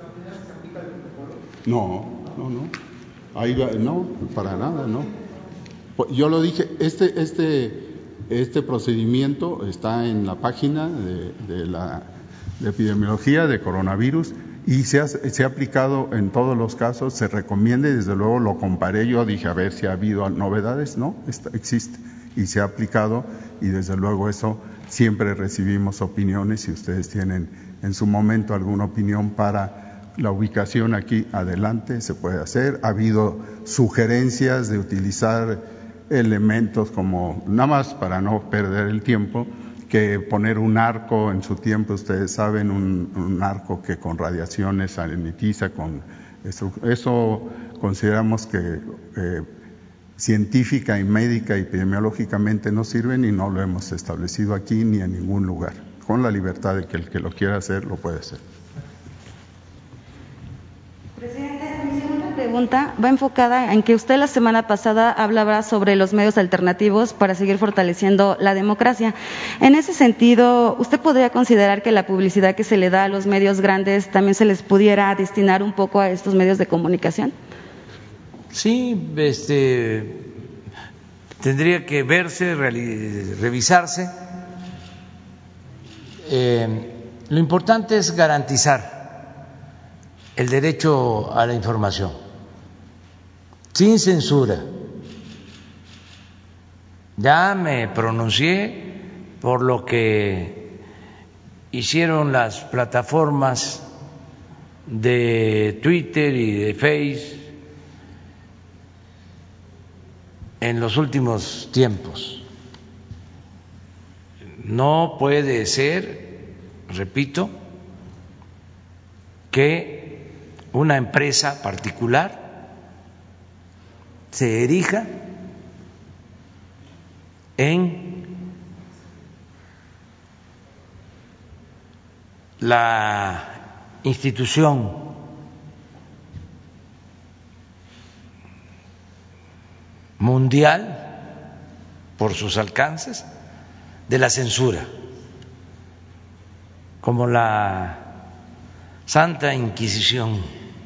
No. Ahí va, no, para nada, no. Yo lo dije, este procedimiento está en la página de epidemiología de coronavirus y se ha aplicado en todos los casos, se recomienda y desde luego lo comparé, yo dije a ver si ha habido novedades, no, existe y se ha aplicado, y desde luego eso siempre recibimos opiniones. Si ustedes tienen en su momento alguna opinión para la ubicación aquí, adelante, se puede hacer. Ha habido sugerencias de utilizar elementos como, nada más para no perder el tiempo, que poner un arco en su tiempo, ustedes saben, un arco que con radiaciones sanitiza, eso consideramos que científica y médica y epidemiológicamente no sirven y no lo hemos establecido aquí ni en ningún lugar, con la libertad de que el que lo quiera hacer lo puede hacer. Presidente, mi segunda pregunta va enfocada en que usted la semana pasada hablaba sobre los medios alternativos para seguir fortaleciendo la democracia. En ese sentido, ¿usted podría considerar que la publicidad que se le da a los medios grandes también se les pudiera destinar un poco a estos medios de comunicación? Sí, tendría que verse, revisarse. Lo importante es garantizar el derecho a la información, sin censura. Ya me pronuncié por lo que hicieron las plataformas de Twitter y de Facebook en los últimos tiempos. No puede ser, repito, que una empresa particular se erija en la institución mundial por sus alcances de la censura, como la Santa Inquisición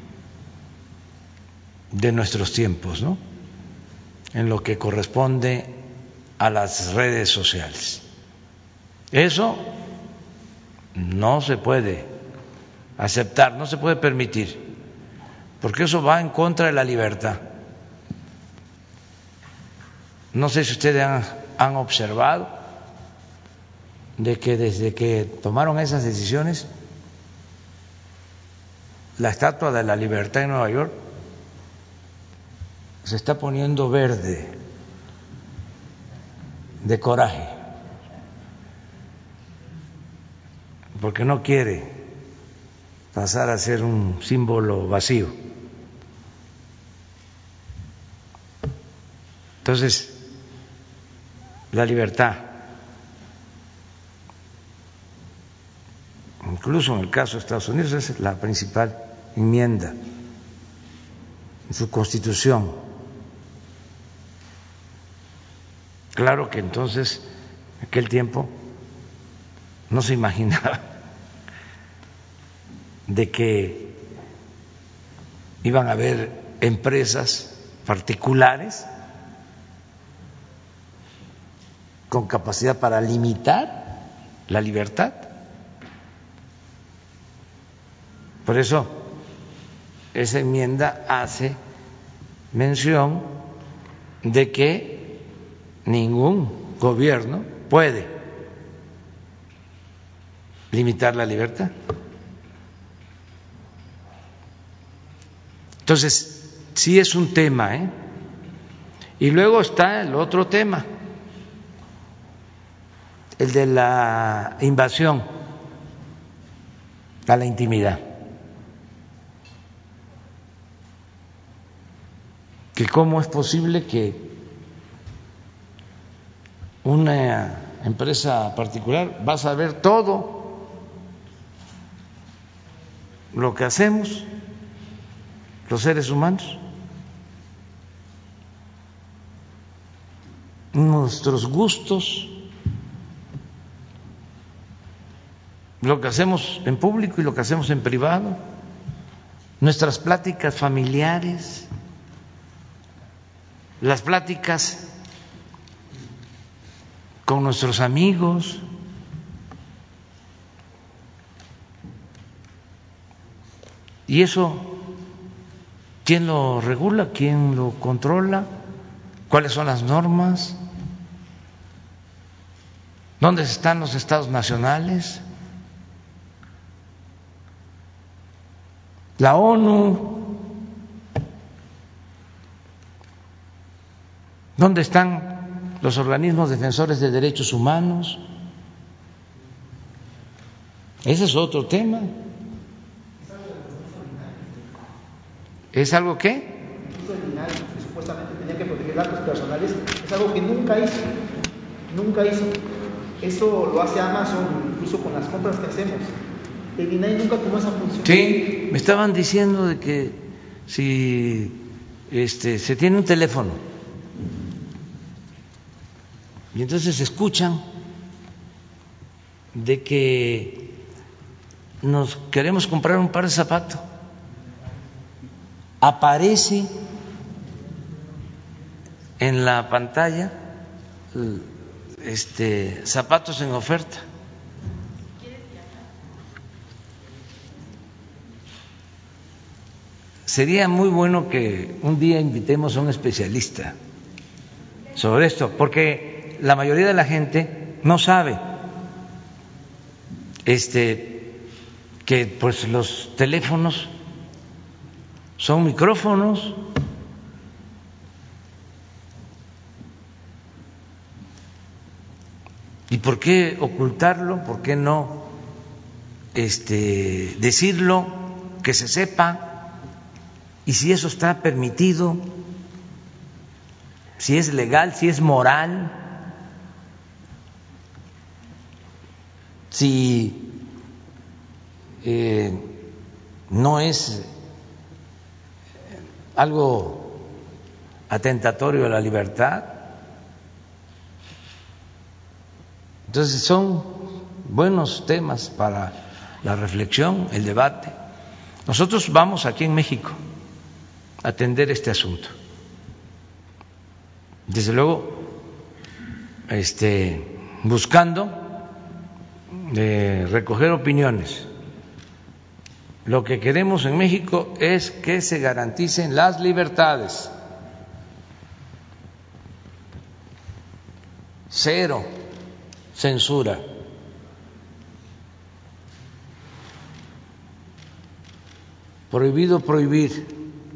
de nuestros tiempos, ¿no? En lo que corresponde a las redes sociales. Eso no se puede aceptar, no se puede permitir, porque eso va en contra de la libertad. No sé si ustedes han observado de que desde que tomaron esas decisiones, la Estatua de la Libertad en Nueva York se está poniendo verde de coraje, porque no quiere pasar a ser un símbolo vacío. Entonces, la libertad, incluso en el caso de Estados Unidos, es la principal enmienda en su Constitución. Claro que entonces, en aquel tiempo, no se imaginaba de que iban a haber empresas particulares con capacidad para limitar la libertad. Por eso, esa enmienda hace mención de que ningún gobierno puede limitar la libertad. Entonces, sí es un tema, ¿eh? Y luego está el otro tema, el de la invasión a la intimidad. Que cómo es posible que una empresa particular va a saber todo lo que hacemos los seres humanos, nuestros gustos, lo que hacemos en público y lo que hacemos en privado, nuestras pláticas familiares, las pláticas con nuestros amigos. ¿Y eso quién lo regula? ¿Quién lo controla? ¿Cuáles son las normas? ¿Dónde están los estados nacionales? la ONU. ¿Dónde están los organismos defensores de derechos humanos? Ese es otro tema. ¿Es algo qué? Que supuestamente tenía que proteger datos personales, es algo que nunca hizo. Eso lo hace Amazon incluso con las compras que hacemos. El INAI nunca tomó esa función. Sí, me estaban diciendo de que si se tiene un teléfono y entonces escuchan de que nos queremos comprar un par de zapatos, aparece en la pantalla zapatos en oferta. Sería muy bueno que un día invitemos a un especialista sobre esto, porque la mayoría de la gente no sabe que pues los teléfonos son micrófonos. ¿Y por qué ocultarlo? ¿Por qué no decirlo, que se sepa? Y si eso está permitido, si es legal, si es moral, si no es algo atentatorio a la libertad. Entonces son buenos temas para la reflexión, el debate. Nosotros vamos aquí en México a atender este asunto. Desde luego, buscando recoger opiniones. Lo que queremos en México es que se garanticen las libertades. Cero censura. Prohibido prohibir.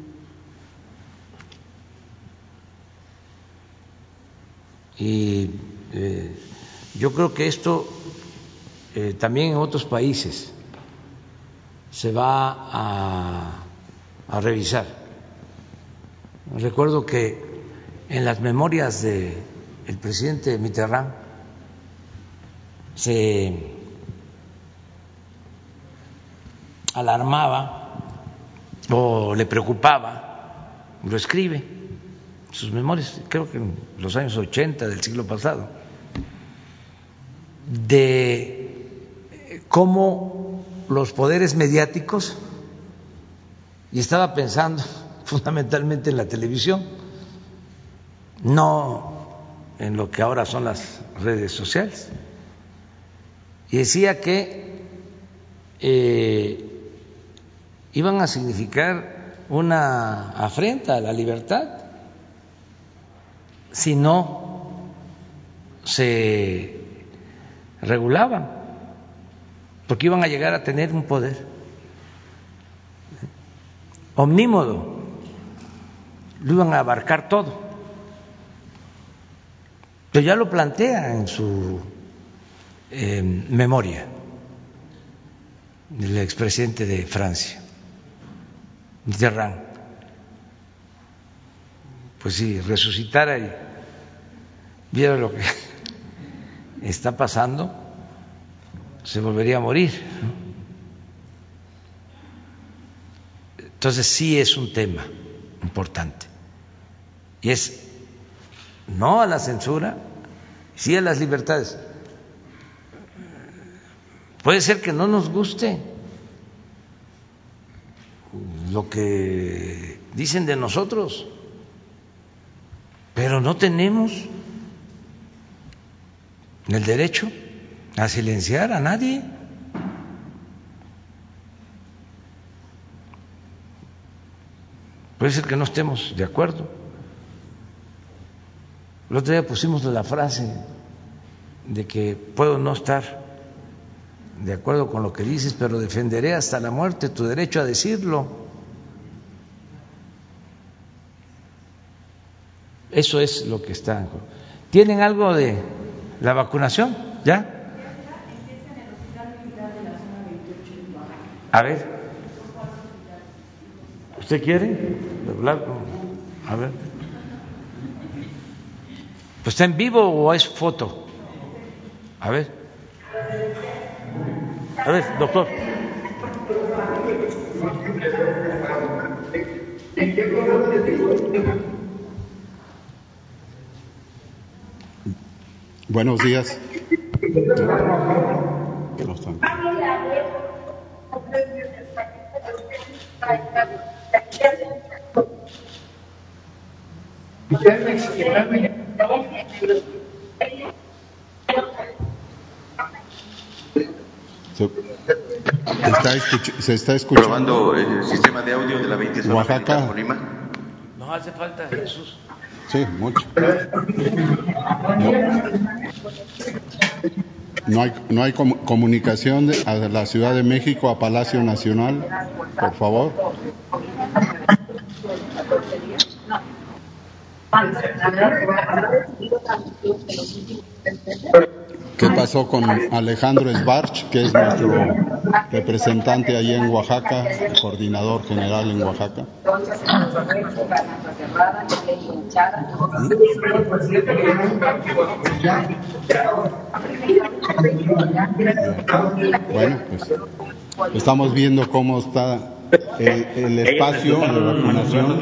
Y yo creo que esto también en otros países se va a revisar. Recuerdo que en las memorias del presidente Mitterrand se alarmaba o le preocupaba, lo escribe en sus memorias, creo que en los años 80 del siglo pasado, de cómo los poderes mediáticos, y estaba pensando fundamentalmente en la televisión, no en lo que ahora son las redes sociales, y decía que iban a significar una afrenta a la libertad si no se regulaban, porque iban a llegar a tener un poder omnímodo, lo iban a abarcar todo. Pero ya lo plantea en su memoria el expresidente de Francia, Mitterrand. Pues si resucitara y viera lo que está pasando, se volvería a morir, ¿no? Entonces sí es un tema importante, y es no a la censura, sí a las libertades. Puede ser que no nos guste lo que dicen de nosotros, pero no tenemos el derecho a silenciar a nadie. Puede ser que no estemos de acuerdo. El otro día pusimos la frase de que puedo no estar de acuerdo con lo que dices, pero defenderé hasta la muerte tu derecho a decirlo. Eso es lo que está. ¿Tienen algo de la vacunación? ¿Ya? A ver, ¿usted quiere hablar? A ver, ¿pues está en vivo o es foto? A ver, doctor. Buenos días. Se está escuchando. Probando el sistema de audio de la 20 zona Oaxaca. Colima. No hace falta, Jesús. Sí, mucho. No hay comunicación a la Ciudad de México, a Palacio Nacional, por favor. ¿Qué pasó con Alejandro Sbarch, que es nuestro representante allí en Oaxaca, coordinador general en Oaxaca? Bueno, pues estamos viendo cómo está el espacio de vacunación.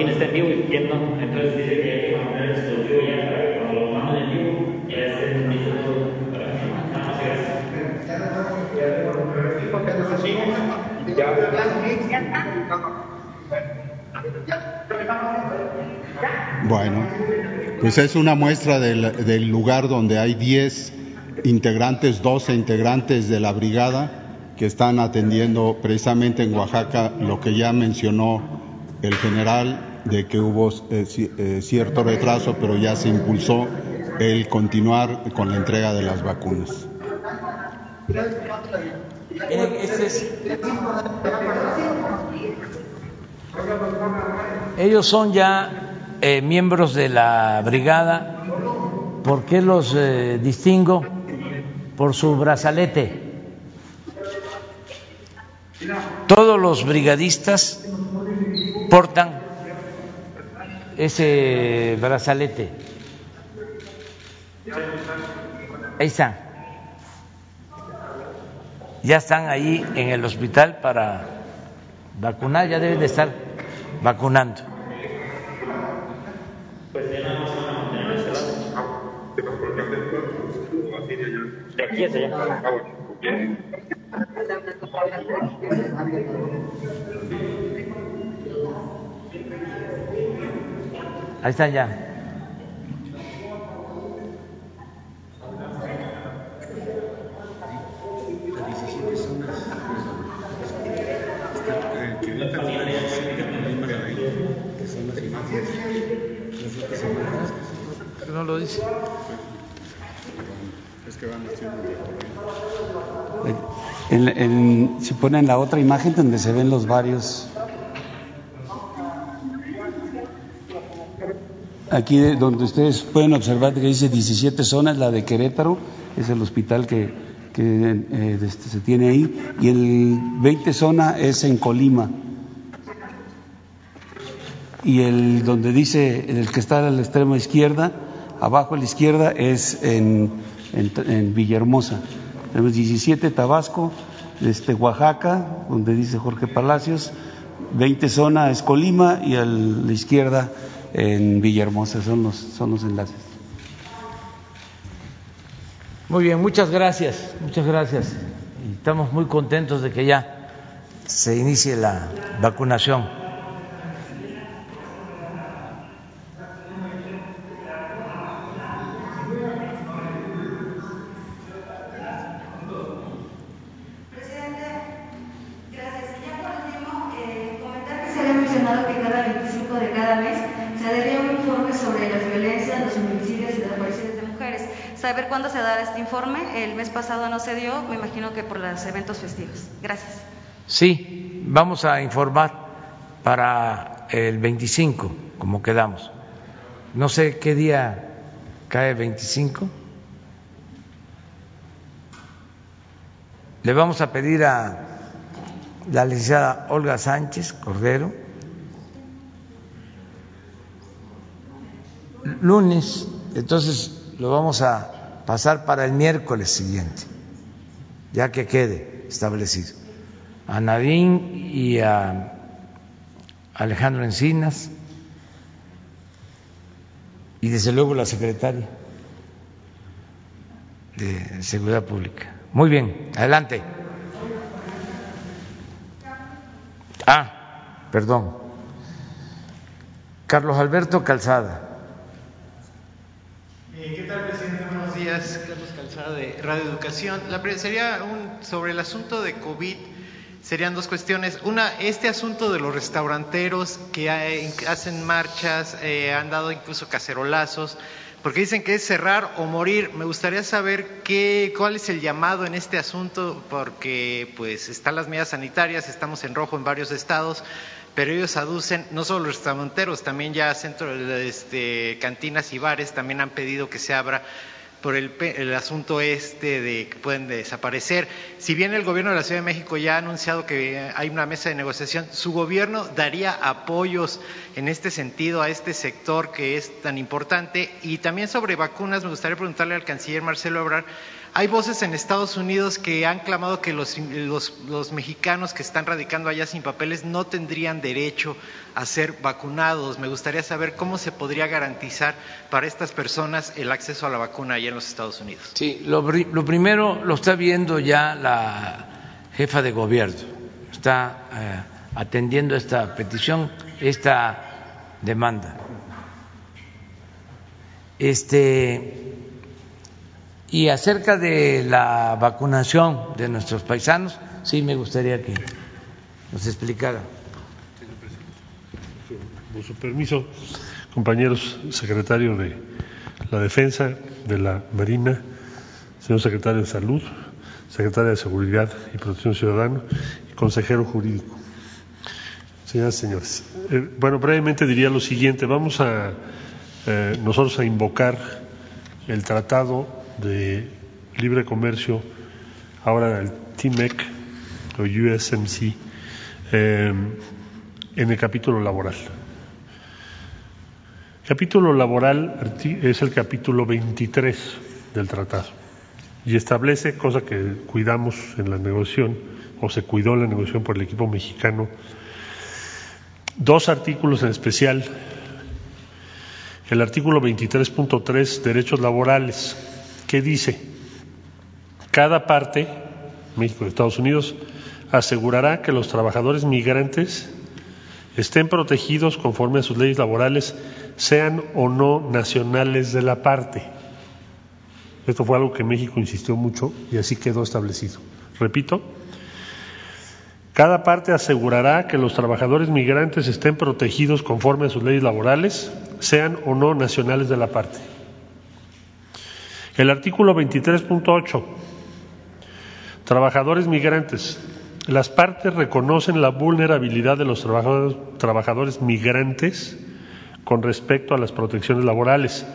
Bueno, pues es una muestra del lugar donde hay 10 integrantes, 12 integrantes de la brigada que están atendiendo precisamente en Oaxaca lo que ya mencionó el general, de que hubo cierto retraso, pero ya se impulsó el continuar con la entrega de las vacunas. Ellos son ya miembros de la brigada. ¿Por qué los distingo? Por su brazalete. Todos los brigadistas portan ese brazalete. Ahí están. Ya están ahí en el hospital para vacunar, ya deben de estar vacunando. De aquí hacia allá. Ahí están ya. No lo dice. Es que van haciendo. Se pone en la otra imagen donde se ven los varios. Aquí donde ustedes pueden observar que dice 17 zonas, la de Querétaro es el hospital que se tiene ahí, y el 20 zona es en Colima, y el donde dice el que está a la extrema izquierda, abajo a la izquierda, es en Villahermosa. Tenemos 17 Tabasco, Oaxaca, donde dice Jorge Palacios, 20 zona es Colima, y a la izquierda en Villahermosa. Son los enlaces. Muy bien, muchas gracias. Y estamos muy contentos de que ya se inicie la vacunación. mujeres. Saber cuándo se dará este informe. El mes pasado no se dio, me imagino que por los eventos festivos. Gracias. Sí, vamos a informar para el 25, como quedamos. No sé qué día cae 25. Le vamos a pedir a la licenciada Olga Sánchez Cordero, lunes, entonces lo vamos a pasar para el miércoles siguiente, ya que quede establecido. A Nadine y a Alejandro Encinas y desde luego la secretaria de Seguridad Pública. Muy bien, adelante. Perdón. Carlos Alberto Calzada. ¿Qué tal, presidente? Buenos días. Carlos Calzada de Radio Educación. Sería sobre el asunto de COVID. Serían dos cuestiones. Una, este asunto de los restauranteros que hacen marchas, han dado incluso cacerolazos, porque dicen que es cerrar o morir. Me gustaría saber cuál es el llamado en este asunto, porque pues están las medidas sanitarias, estamos en rojo en varios estados, pero ellos aducen, no solo los restauranteros, también ya cantinas y bares también han pedido que se abra por el asunto de que pueden desaparecer. Si bien el gobierno de la Ciudad de México ya ha anunciado que hay una mesa de negociación, ¿su gobierno daría apoyos en este sentido a este sector que es tan importante? Y también sobre vacunas, me gustaría preguntarle al canciller Marcelo Ebrard. Hay voces en Estados Unidos que han clamado que los mexicanos que están radicando allá sin papeles no tendrían derecho a ser vacunados. Me gustaría saber cómo se podría garantizar para estas personas el acceso a la vacuna allá en los Estados Unidos. Sí, lo primero lo está viendo ya la jefa de gobierno, está atendiendo esta petición, esta demanda. Y acerca de la vacunación de nuestros paisanos, sí me gustaría que nos explicara. Con su permiso, compañeros, secretario de la Defensa, de la Marina, señor secretario de Salud, secretaria de Seguridad y Protección Ciudadana y consejero jurídico. Señoras y señores, brevemente diría lo siguiente: vamos a nosotros a invocar el Tratado de Libre Comercio, ahora el TMEC o USMC, en el capítulo laboral. El capítulo laboral es el capítulo 23 del tratado y establece, cosa que cuidamos en la negociación, o se cuidó en la negociación por el equipo mexicano, dos artículos en especial. El artículo 23.3, derechos laborales, que dice: cada parte, México y Estados Unidos, asegurará que los trabajadores migrantes estén protegidos conforme a sus leyes laborales, sean o no nacionales de la parte. Esto fue algo que México insistió mucho y así quedó establecido. Repito, cada parte asegurará que los trabajadores migrantes estén protegidos conforme a sus leyes laborales, sean o no nacionales de la parte. El artículo 23.8, trabajadores migrantes. Las partes reconocen la vulnerabilidad de los trabajadores migrantes con respecto a las protecciones laborales.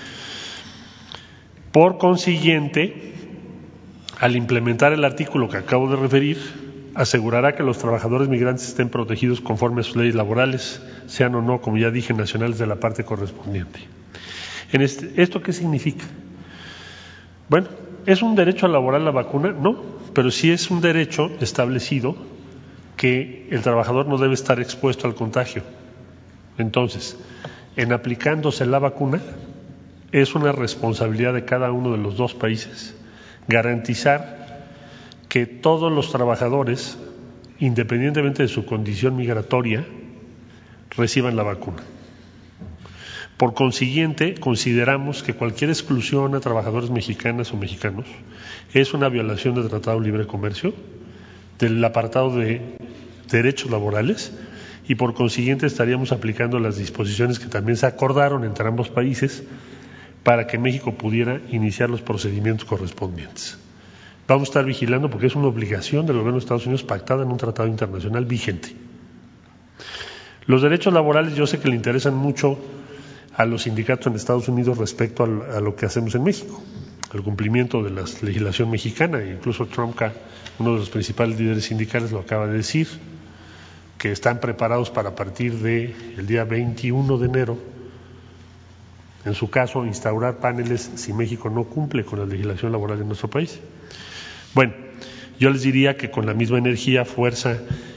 Por consiguiente, al implementar el artículo que acabo de referir, asegurará que los trabajadores migrantes estén protegidos conforme a sus leyes laborales, sean o no, como ya dije, nacionales de la parte correspondiente. ¿Esto qué significa? Bueno, ¿es un derecho laboral la vacuna? No, pero sí es un derecho establecido que el trabajador no debe estar expuesto al contagio. Entonces, en aplicándose la vacuna, es una responsabilidad de cada uno de los dos países garantizar que todos los trabajadores, independientemente de su condición migratoria, reciban la vacuna. Por consiguiente, consideramos que cualquier exclusión a trabajadores mexicanas o mexicanos es una violación del Tratado de Libre Comercio, del apartado de derechos laborales, y por consiguiente estaríamos aplicando las disposiciones que también se acordaron entre ambos países para que México pudiera iniciar los procedimientos correspondientes. Vamos a estar vigilando porque es una obligación del gobierno de Estados Unidos pactada en un tratado internacional vigente. Los derechos laborales yo sé que le interesan mucho a los sindicatos en Estados Unidos respecto a lo que hacemos en México, al cumplimiento de la legislación mexicana. Incluso Trump, uno de los principales líderes sindicales, lo acaba de decir, que están preparados para a partir del día 21 de enero, en su caso, instaurar paneles si México no cumple con la legislación laboral de nuestro país. Bueno, yo les diría que con la misma energía, fuerza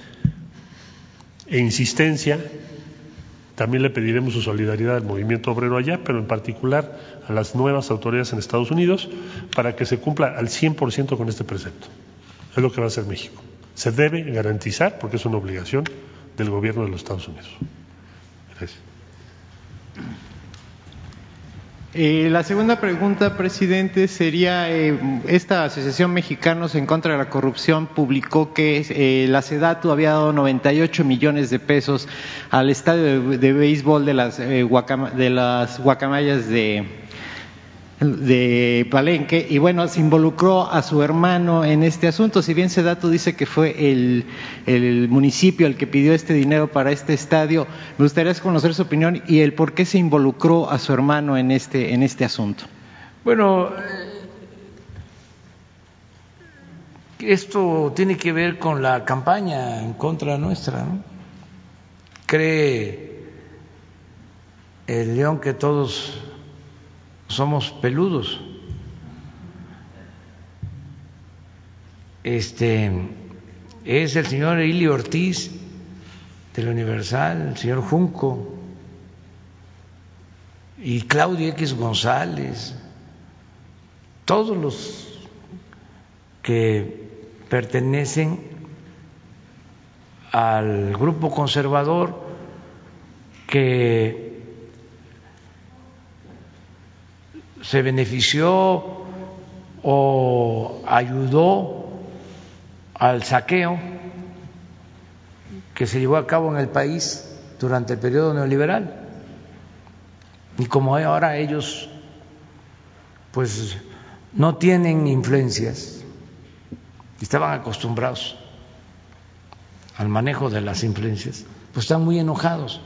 e insistencia, también le pediremos su solidaridad al movimiento obrero allá, pero en particular a las nuevas autoridades en Estados Unidos, para que se cumpla al 100% con este precepto. Es lo que va a hacer México. Se debe garantizar, porque es una obligación del gobierno de los Estados Unidos. Gracias. La segunda pregunta, presidente, sería, esta Asociación Mexicanos en contra de la Corrupción publicó que la SEDATU había dado 98 millones de pesos al estadio de béisbol de las Guacamayas de Palenque, y bueno, se involucró a su hermano en este asunto. Si bien SEDATU dice que fue el municipio el que pidió este dinero para este estadio, me gustaría conocer su opinión y el por qué se involucró a su hermano en este asunto. Bueno, esto tiene que ver con la campaña en contra nuestra, ¿no? Cree el león que todos somos peludos. Es el señor Ili Ortiz de la Universal, el señor Junco y Claudio X González, todos los que pertenecen al grupo conservador que se benefició o ayudó al saqueo que se llevó a cabo en el país durante el periodo neoliberal. Y como ahora ellos pues no tienen influencias, estaban acostumbrados al manejo de las influencias, pues están muy enojados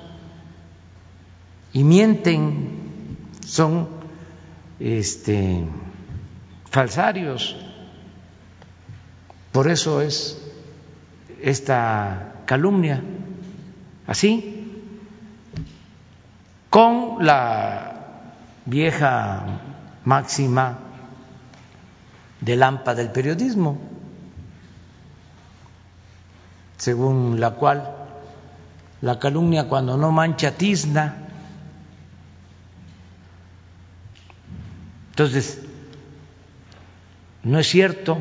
y mienten, son falsarios. Por eso es esta calumnia, así, con la vieja máxima del AMPA del periodismo, según la cual la calumnia cuando no mancha tizna. Entonces, no es cierto.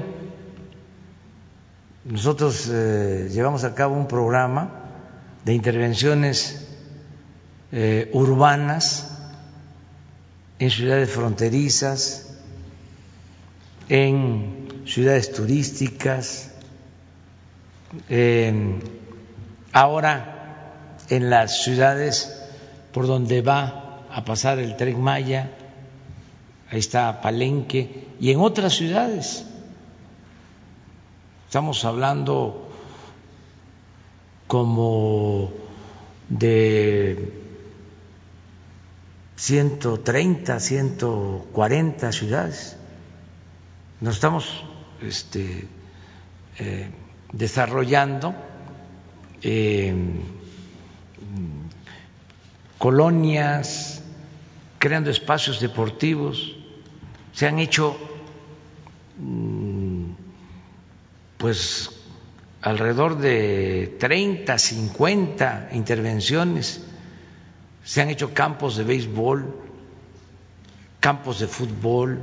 Nosotros llevamos a cabo un programa de intervenciones urbanas en ciudades fronterizas, en ciudades turísticas, ahora en las ciudades por donde va a pasar el Tren Maya. Ahí está Palenque y en otras ciudades. Estamos hablando como de 130, 140 ciudades. Nos estamos desarrollando colonias, creando espacios deportivos. Se han hecho pues alrededor de 30, 50 intervenciones. Se han hecho campos de béisbol, campos de fútbol,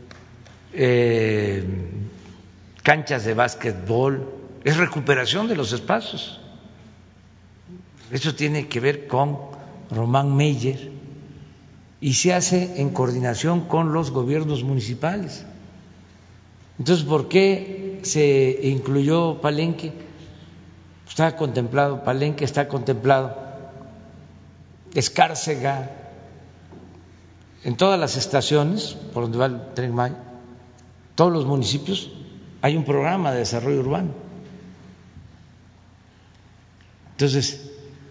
canchas de básquetbol. Es recuperación de los espacios. Eso tiene que ver con Román Meyer y se hace en coordinación con los gobiernos municipales. Entonces, ¿por qué se incluyó Palenque? Está contemplado Palenque, está contemplado Escárcega, en todas las estaciones por donde va el Tren Maya, todos los municipios, hay un programa de desarrollo urbano. Entonces,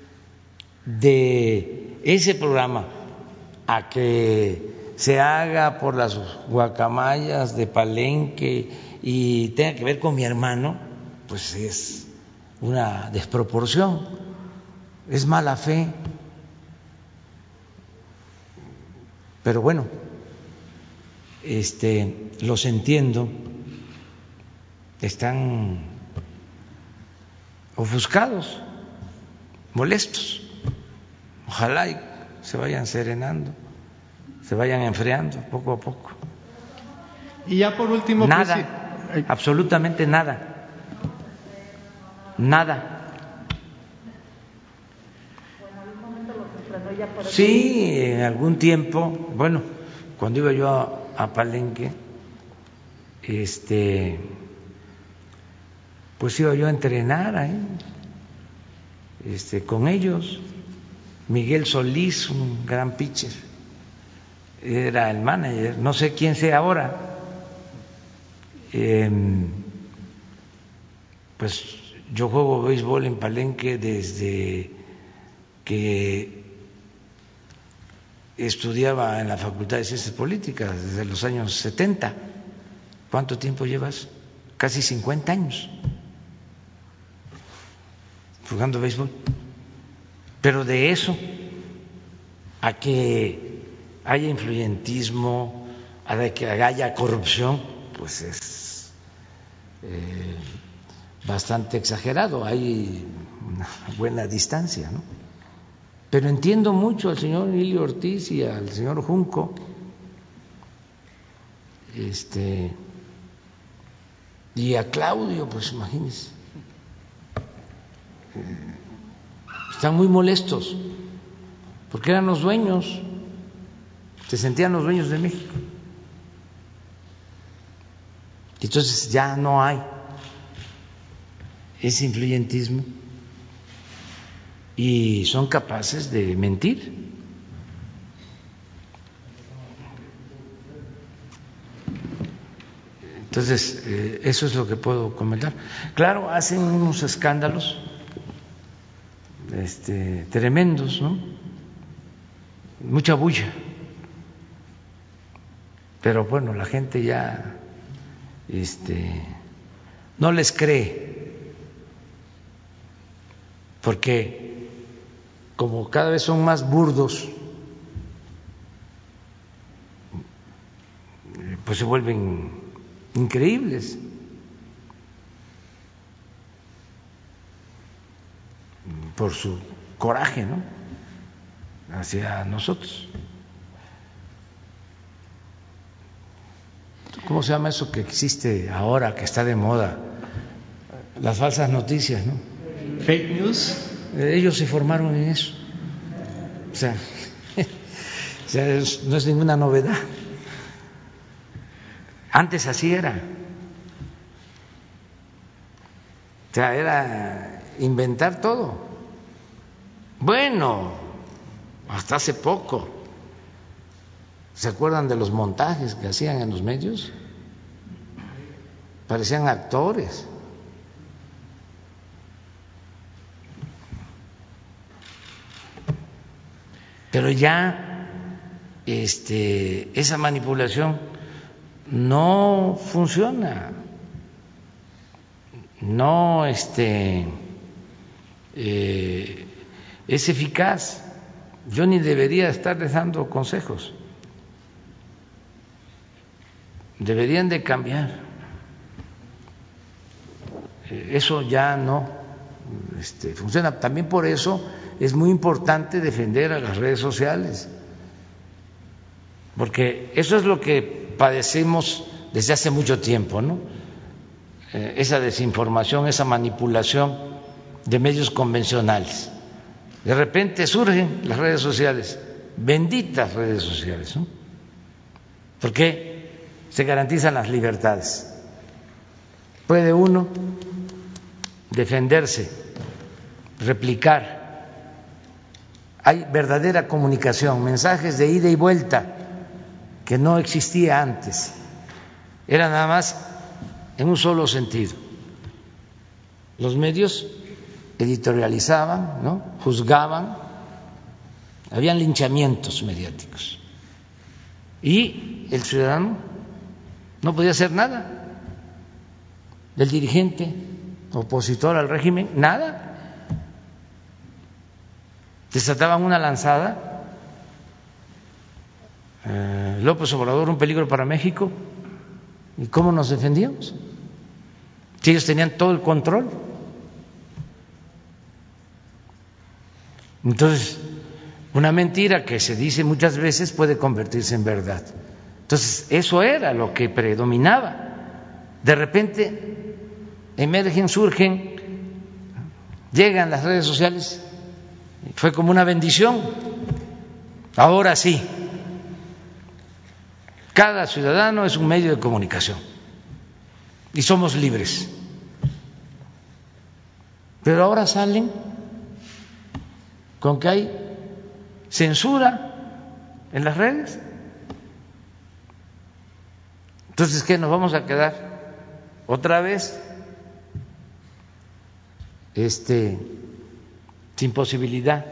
de ese programa a que se haga por las guacamayas de Palenque y tenga que ver con mi hermano, pues es una desproporción, es mala fe. Pero bueno, los entiendo, están ofuscados, molestos. Ojalá y se vayan serenando, se vayan enfriando poco a poco. Y ya por último, nada, absolutamente nada, nada. Sí, en algún tiempo, bueno, cuando iba yo a Palenque, pues iba yo a entrenar ahí, con ellos. Miguel Solís, un gran pitcher, era el manager, no sé quién sea ahora. Pues yo juego béisbol en Palenque desde que estudiaba en la Facultad de Ciencias Políticas, desde los años 70. ¿Cuánto tiempo llevas? Casi 50 años jugando béisbol. Pero de eso a que haya influyentismo, a que haya corrupción, pues es bastante exagerado, hay una buena distancia, ¿no? Pero entiendo mucho al señor Emilio Ortiz y al señor Junco, y a Claudio, pues imagínense, están muy molestos porque eran los dueños, se sentían los dueños de México. Entonces ya no hay ese influyentismo y son capaces de mentir. Entonces, eso es lo que puedo comentar. Claro, hacen unos escándalos tremendos, ¿no? Mucha bulla. Pero bueno, la gente ya no les cree, porque como cada vez son más burdos, pues se vuelven increíbles. Por su coraje, ¿no?, hacia nosotros. ¿Cómo se llama eso que existe ahora, que está de moda? Las falsas noticias, ¿no? Fake news. Ellos se formaron en eso. O sea, no es ninguna novedad. Antes así era. O sea, era inventar todo. Bueno, hasta hace poco. ¿Se acuerdan de los montajes que hacían en los medios? Parecían actores. Pero ya esa manipulación no funciona, no es eficaz. Yo ni debería estarles dando consejos. Deberían de cambiar. Eso ya no funciona. También por eso es muy importante defender a las redes sociales, porque eso es lo que padecemos desde hace mucho tiempo, ¿no? Esa desinformación, esa manipulación de medios convencionales. De repente surgen las redes sociales, benditas redes sociales, ¿no? Porque se garantizan las libertades. Puede uno defenderse, replicar. Hay verdadera comunicación, mensajes de ida y vuelta que no existía antes, era nada más en un solo sentido. Los medios editorializaban, ¿no?, juzgaban, habían linchamientos mediáticos y el ciudadano no podía hacer nada. El dirigente opositor al régimen, nada. Desataban una lanzada. López Obrador, un peligro para México. ¿Y cómo nos defendíamos? Si ellos tenían todo el control. Entonces, una mentira que se dice muchas veces puede convertirse en verdad. Entonces, eso era lo que predominaba. De repente emergen, surgen, llegan las redes sociales, fue como una bendición. Ahora sí, cada ciudadano es un medio de comunicación y somos libres. Pero ahora salen con que hay censura en las redes. Entonces, ¿qué? ¿Nos vamos a quedar otra vez sin posibilidad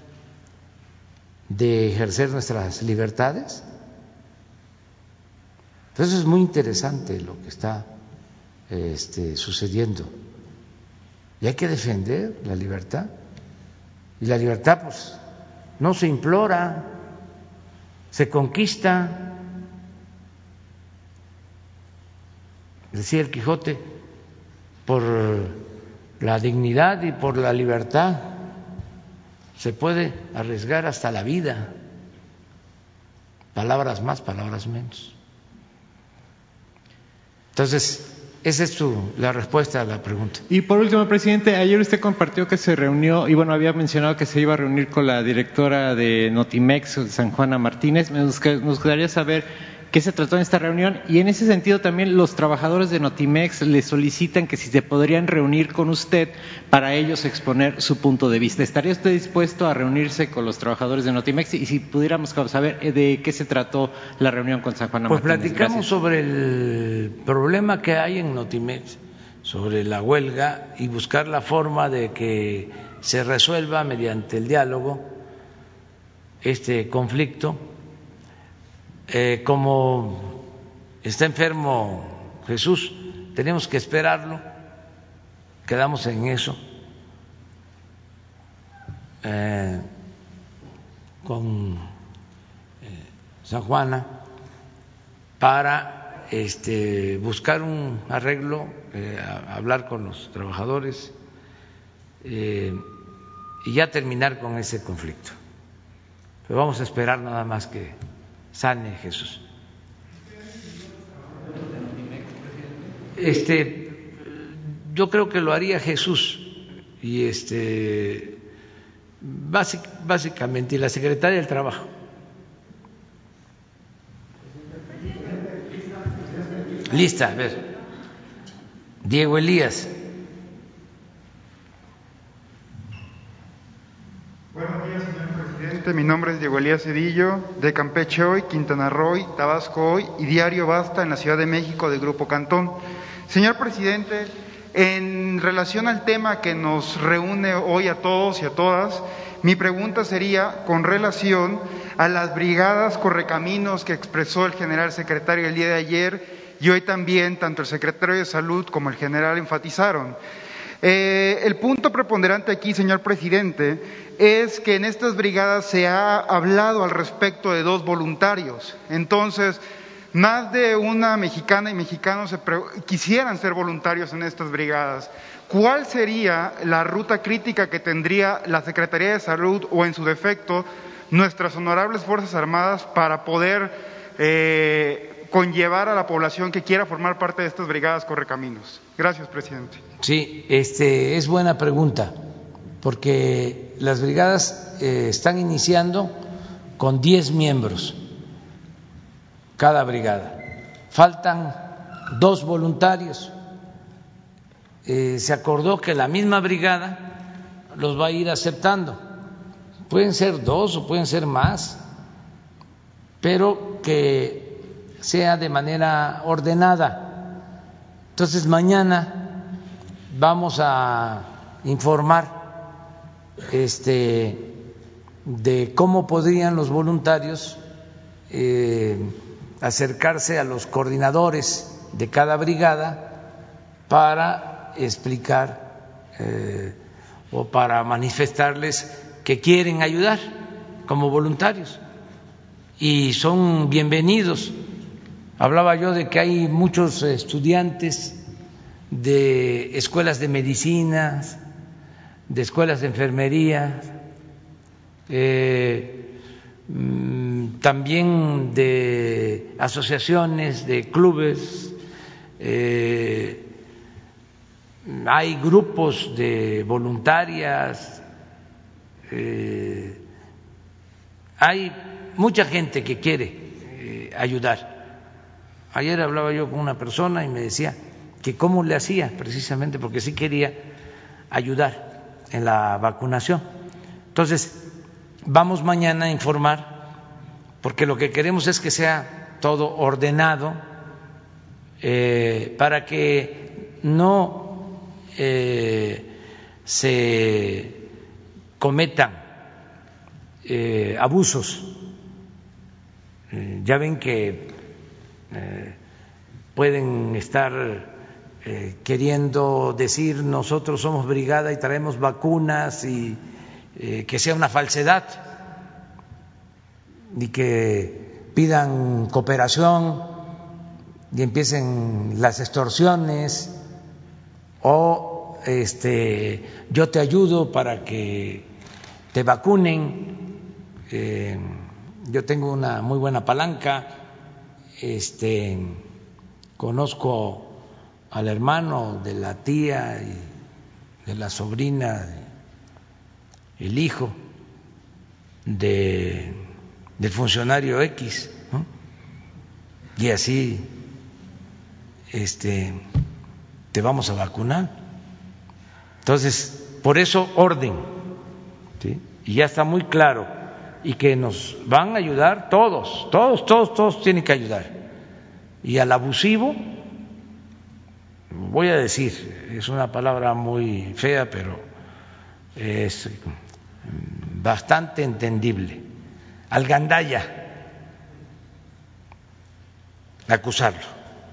de ejercer nuestras libertades? Entonces es muy interesante lo que está sucediendo y hay que defender la libertad. Y la libertad pues no se implora, se conquista. Decía el Quijote, por la dignidad y por la libertad se puede arriesgar hasta la vida. Palabras más, palabras menos. Entonces, esa es la respuesta a la pregunta. Y por último, presidente, ayer usted compartió que se reunió, y bueno, había mencionado que se iba a reunir con la directora de Notimex, San Juana Martínez. Nos gustaría saber qué se trató en esta reunión, y en ese sentido también los trabajadores de Notimex le solicitan que si se podrían reunir con usted para ellos exponer su punto de vista. ¿Estaría usted dispuesto a reunirse con los trabajadores de Notimex? Y si pudiéramos saber de qué se trató la reunión con San Juana Martínez. Pues platicamos sobre el problema que hay en Notimex, sobre la huelga, y buscar la forma de que se resuelva mediante el diálogo este conflicto. Como está enfermo Jesús, tenemos que esperarlo, quedamos en eso, con San Juana, para buscar un arreglo, hablar con los trabajadores y ya terminar con ese conflicto. Pero vamos a esperar nada más que sane Jesús. Yo creo que lo haría Jesús y básicamente, y la secretaria del Trabajo. Lista, a ver. Diego Elías. Buenos días, señor presidente. Mi nombre es Diego Elías Cedillo, de Campeche Hoy, Quintana Roo, Tabasco Hoy y Diario Basta en la Ciudad de México, de Grupo Cantón. Señor presidente, en relación al tema que nos reúne hoy a todos y a todas, mi pregunta sería con relación a las brigadas correcaminos que expresó el general secretario el día de ayer, y hoy también tanto el secretario de Salud como el general enfatizaron. El punto preponderante aquí, señor presidente, es que en estas brigadas se ha hablado al respecto de 2 voluntarios. Entonces, más de una mexicana y mexicanos quisieran ser voluntarios en estas brigadas. ¿Cuál sería la ruta crítica que tendría la Secretaría de Salud o, en su defecto, nuestras honorables Fuerzas Armadas para poder conllevar a la población que quiera formar parte de estas brigadas correcaminos? Gracias, presidente. Sí, es buena pregunta, porque las brigadas están iniciando con 10 miembros cada brigada. Faltan 2 voluntarios. Se acordó que la misma brigada los va a ir aceptando. Pueden ser 2 o pueden ser más, pero que sea de manera ordenada. Entonces mañana vamos a informar de cómo podrían los voluntarios acercarse a los coordinadores de cada brigada para explicar o para manifestarles que quieren ayudar como voluntarios y son bienvenidos. Hablaba yo de que hay muchos estudiantes de escuelas de medicina, de escuelas de enfermería, también de asociaciones, de clubes, hay grupos de voluntarias, hay mucha gente que quiere ayudar. Ayer hablaba yo con una persona y me decía que cómo le hacía, precisamente porque sí quería ayudar en la vacunación. Entonces, vamos mañana a informar, porque lo que queremos es que sea todo ordenado para que no se cometan abusos. Ya ven que pueden estar queriendo decir nosotros somos brigada y traemos vacunas y que sea una falsedad y que pidan cooperación y empiecen las extorsiones o yo te ayudo para que te vacunen, yo tengo una muy buena palanca, conozco al hermano de la tía y de la sobrina, el hijo del funcionario X, ¿no? Y así te vamos a vacunar. Entonces, por eso orden, ¿sí? Y ya está muy claro y que nos van a ayudar todos tienen que ayudar. Y al abusivo, voy a decir, es una palabra muy fea, pero es bastante entendible, al gandalla, acusarlo.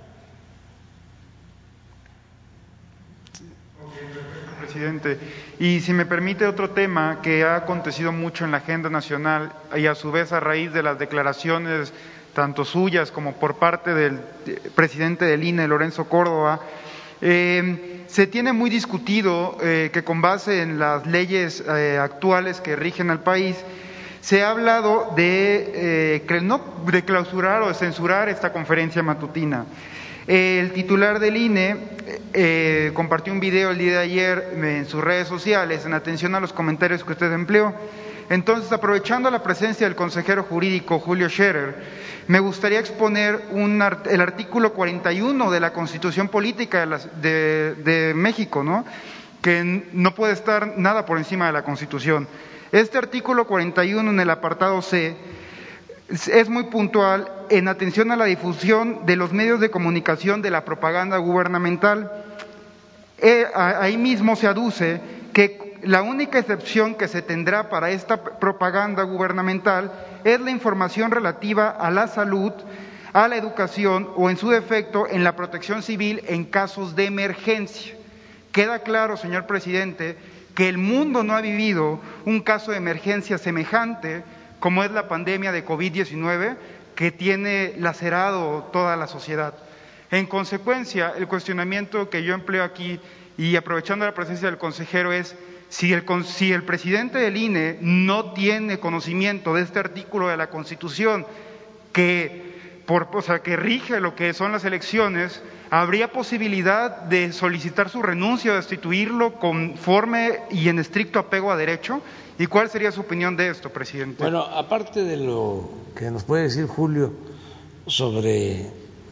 Presidente, y si me permite otro tema que ha acontecido mucho en la agenda nacional y a su vez a raíz de las declaraciones tanto suyas como por parte del presidente del INE, Lorenzo Córdoba, se tiene muy discutido que con base en las leyes actuales que rigen al país, se ha hablado de clausurar o de censurar esta conferencia matutina. El titular del INE compartió un video el día de ayer en sus redes sociales en atención a los comentarios que usted empleó. Entonces, aprovechando la presencia del consejero jurídico Julio Scherer, me gustaría exponer el artículo 41 de la Constitución Política de México, ¿no? Que no puede estar nada por encima de la Constitución. Este artículo 41 en el apartado C es muy puntual en atención a la difusión de los medios de comunicación de la propaganda gubernamental. Ahí mismo se aduce que la única excepción que se tendrá para esta propaganda gubernamental es la información relativa a la salud, a la educación o, en su defecto, en la protección civil en casos de emergencia. Queda claro, señor presidente, que el mundo no ha vivido un caso de emergencia semejante como es la pandemia de COVID-19 que tiene lacerado toda la sociedad. En consecuencia, el cuestionamiento que yo empleo aquí y aprovechando la presencia del consejero es si el presidente del INE no tiene conocimiento de este artículo de la Constitución que rige lo que son las elecciones, ¿habría posibilidad de solicitar su renuncia o destituirlo conforme y en estricto apego a derecho? ¿Y cuál sería su opinión de esto, presidente? Bueno, aparte de lo que nos puede decir Julio sobre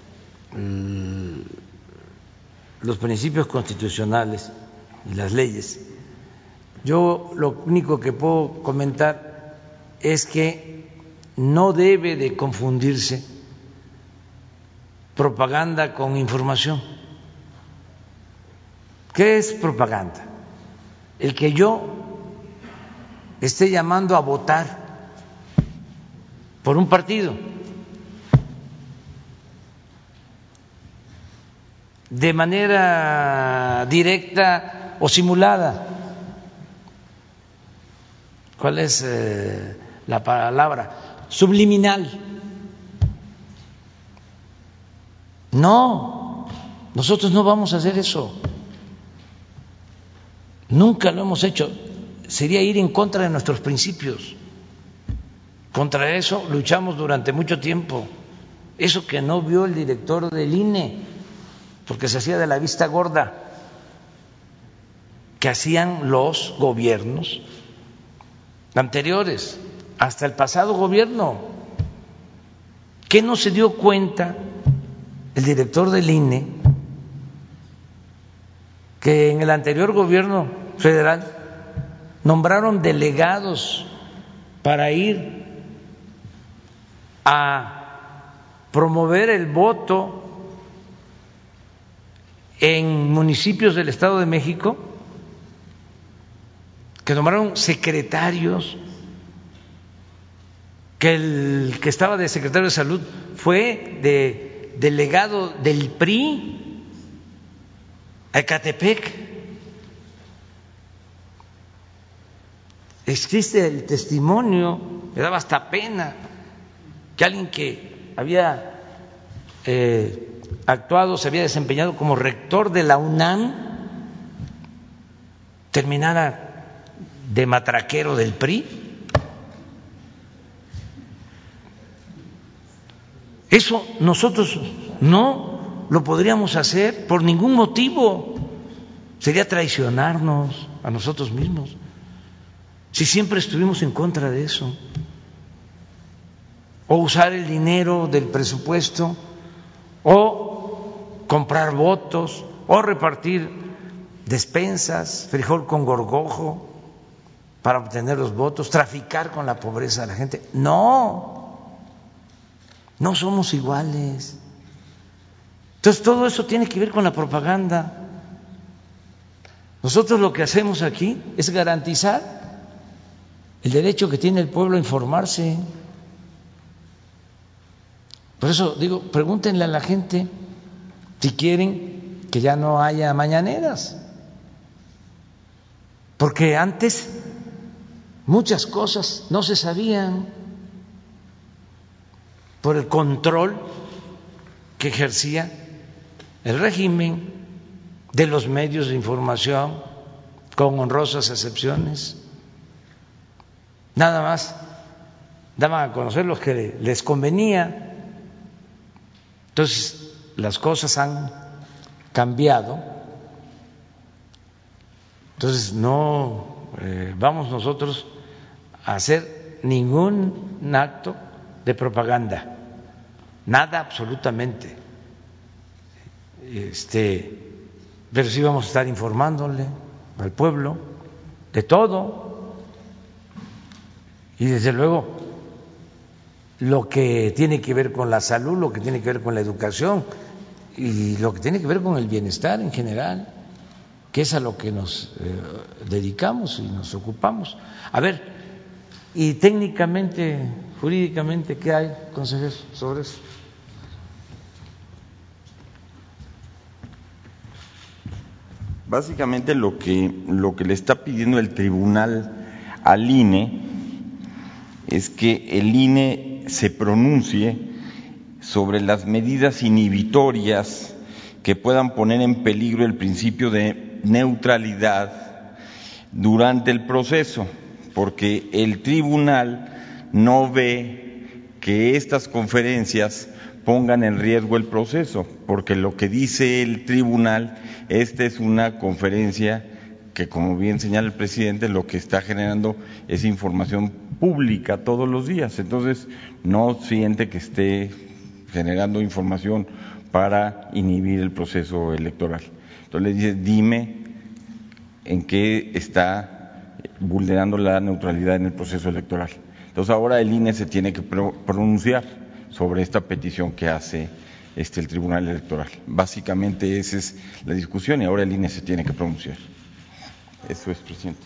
los principios constitucionales y las leyes, yo lo único que puedo comentar es que no debe de confundirse propaganda con información. ¿Qué es propaganda? El que yo esté llamando a votar por un partido de manera directa o simulada. ¿Cuál es la palabra? Subliminal. No, nosotros no vamos a hacer eso. Nunca lo hemos hecho. Sería ir en contra de nuestros principios. Contra eso luchamos durante mucho tiempo. Eso que no vio el director del INE, porque se hacía de la vista gorda, que hacían los gobiernos anteriores, hasta el pasado gobierno. ¿Qué no se dio cuenta el director del INE? Que en el anterior gobierno federal nombraron delegados para ir a promover el voto en municipios del Estado de México, que nombraron secretarios, que el que estaba de secretario de Salud fue de delegado del PRI a Ecatepec. Existe el testimonio, me daba hasta pena que alguien que había actuado, se había desempeñado como rector de la UNAM, terminara de matraquero del PRI. Eso nosotros no lo podríamos hacer por ningún motivo. Sería traicionarnos a nosotros mismos, si siempre estuvimos en contra de eso. O usar el dinero del presupuesto, o comprar votos, o repartir despensas, frijol con gorgojo para obtener los votos, traficar con la pobreza de la gente. No, no somos iguales. Entonces todo eso tiene que ver con la propaganda. Nosotros lo que hacemos aquí es garantizar el derecho que tiene el pueblo a informarse. Por eso digo, pregúntenle a la gente si quieren que ya no haya mañaneras, porque antes muchas cosas no se sabían por el control que ejercía el régimen de los medios de información, con honrosas excepciones. Nada más daban a conocer los que les convenía. Entonces las cosas han cambiado. Entonces no vamos nosotros a hacer ningún acto de propaganda, nada absolutamente. Pero sí vamos a estar informándole al pueblo de todo, y desde luego lo que tiene que ver con la salud, lo que tiene que ver con la educación y lo que tiene que ver con el bienestar en general, que es a lo que nos dedicamos y nos ocupamos. A ver, y técnicamente, jurídicamente, ¿qué hay, consejero, sobre eso? Básicamente lo que le está pidiendo el tribunal al INE es que el INE se pronuncie sobre las medidas inhibitorias que puedan poner en peligro el principio de neutralidad durante el proceso, porque el tribunal no ve que estas conferencias pongan en riesgo el proceso, porque lo que dice el tribunal, esta es una conferencia que, como bien señala el presidente, lo que está generando es información pública todos los días. Entonces no siente que esté generando información para inhibir el proceso electoral. Entonces le dice, dime en qué está vulnerando la neutralidad en el proceso electoral. Entonces ahora el INE se tiene que pronunciar sobre esta petición que hace el Tribunal Electoral. Básicamente esa es la discusión y ahora el INE se tiene que pronunciar. Eso es, presidente.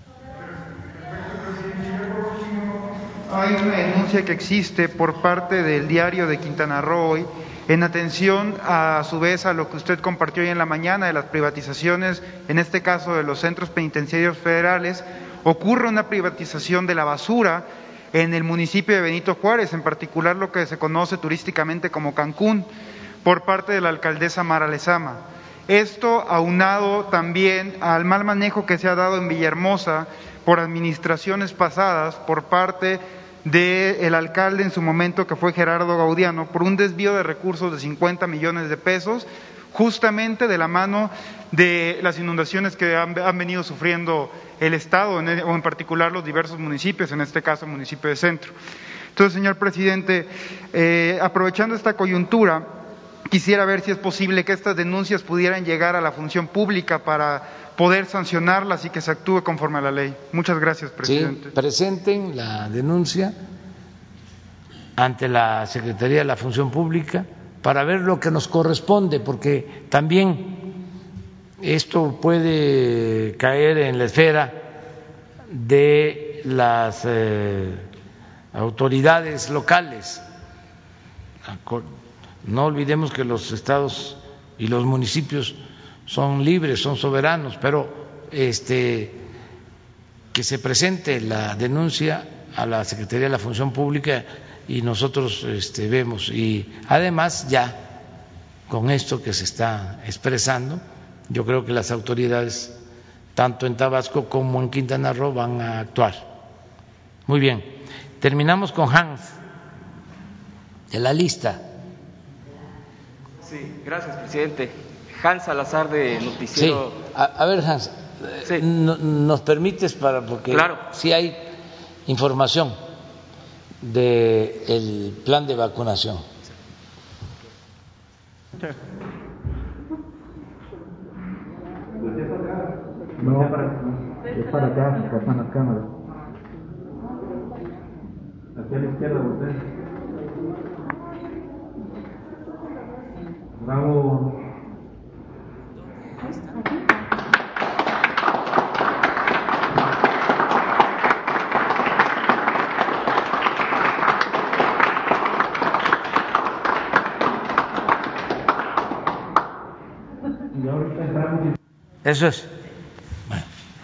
Hay una denuncia que existe por parte del Diario de Quintana Roo en atención a su vez a lo que usted compartió hoy en la mañana de las privatizaciones, en este caso de los centros penitenciarios federales. Ocurre una privatización de la basura en el municipio de Benito Juárez, en particular lo que se conoce turísticamente como Cancún, por parte de la alcaldesa Mara Lezama. Esto aunado también al mal manejo que se ha dado en Villahermosa por administraciones pasadas por parte del alcalde en su momento, que fue Gerardo Gaudiano, por un desvío de recursos de 50 millones de pesos, justamente de la mano de las inundaciones que han venido sufriendo el Estado, o en particular los diversos municipios, en este caso el municipio de Centro. Entonces, señor presidente, aprovechando esta coyuntura, quisiera ver si es posible que estas denuncias pudieran llegar a la función pública para poder sancionarlas y que se actúe conforme a la ley. Muchas gracias, presidente. Sí, presenten la denuncia ante la Secretaría de la Función Pública para ver lo que nos corresponde, porque también esto puede caer en la esfera de las autoridades locales. No olvidemos que los estados y los municipios son libres, son soberanos, pero que se presente la denuncia a la Secretaría de la Función Pública y nosotros vemos. Y además ya con esto que se está expresando, yo creo que las autoridades tanto en Tabasco como en Quintana Roo van a actuar. Muy bien, terminamos con Hans de la lista. Sí, gracias, presidente. Hans Salazar de Noticiero. Sí, a ver, Hans, sí. ¿Nos permites porque claro, sí hay información del plan de vacunación? No, es para acá, se pasan las cámaras. Aquí a la izquierda, usted. Bravo. Eso es. Bueno.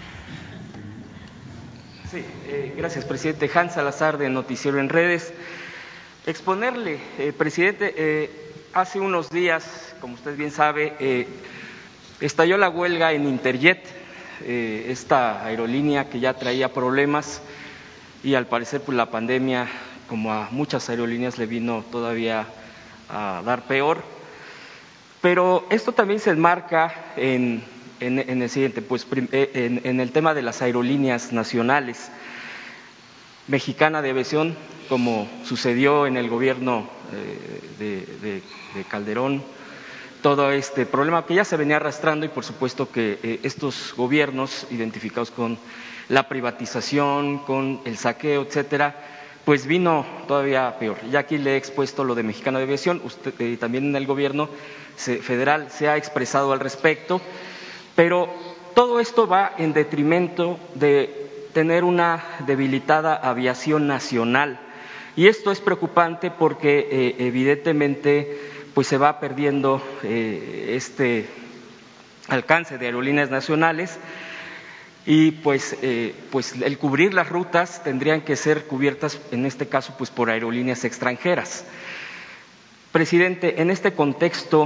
Sí, gracias, presidente. Hans Salazar de Noticiero en Redes. Exponerle, presidente, hace unos días, como usted bien sabe, estalló la huelga en Interjet, esta aerolínea que ya traía problemas y al parecer pues la pandemia, como a muchas aerolíneas, le vino todavía a dar peor. Pero esto también se enmarca en el siguiente, pues en el tema de las aerolíneas nacionales. Mexicana de Aviación, como sucedió en el gobierno de Calderón, todo este problema que ya se venía arrastrando y por supuesto que estos gobiernos identificados con la privatización, con el saqueo, etcétera, pues vino todavía peor. Ya aquí le he expuesto lo de Mexicana de Aviación, usted también en el gobierno federal se ha expresado al respecto, pero todo esto va en detrimento de tener una debilitada aviación nacional. Y esto es preocupante porque evidentemente pues se va perdiendo este alcance de aerolíneas nacionales y pues el cubrir las rutas tendrían que ser cubiertas en este caso pues por aerolíneas extranjeras. Presidente, en este contexto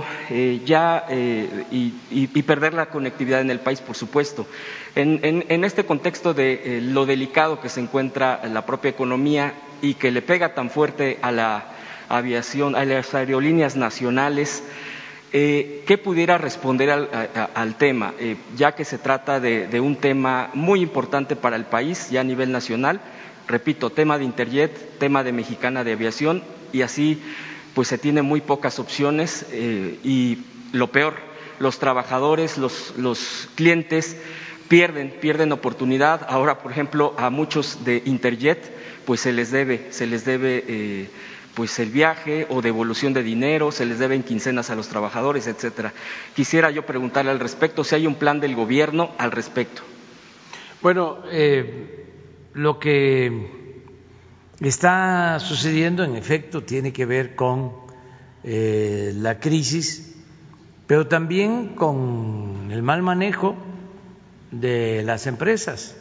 y perder la conectividad en el país, por supuesto, en este contexto de lo delicado que se encuentra la propia economía y que le pega tan fuerte a la aviación, a las aerolíneas nacionales, ¿qué pudiera responder al tema? Ya que se trata de un tema muy importante para el país, ya a nivel nacional, repito, tema de Interjet, tema de Mexicana de Aviación, y así pues se tiene muy pocas opciones y lo peor, los trabajadores, los clientes, pierden oportunidad. Ahora, por ejemplo, a muchos de Interjet pues se les debe pues el viaje o devolución de dinero, se les deben quincenas a los trabajadores, etcétera. Quisiera yo preguntarle al respecto si hay un plan del gobierno al respecto. Bueno, lo que está sucediendo en efecto tiene que ver con la crisis, pero también con el mal manejo de las empresas.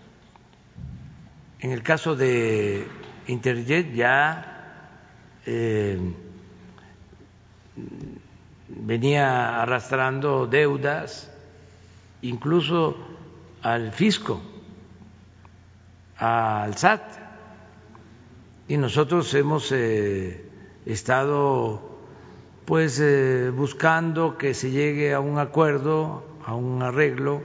En el caso de Interjet ya venía arrastrando deudas, incluso al fisco, al SAT, y nosotros hemos estado pues buscando que se llegue a un acuerdo, a un arreglo.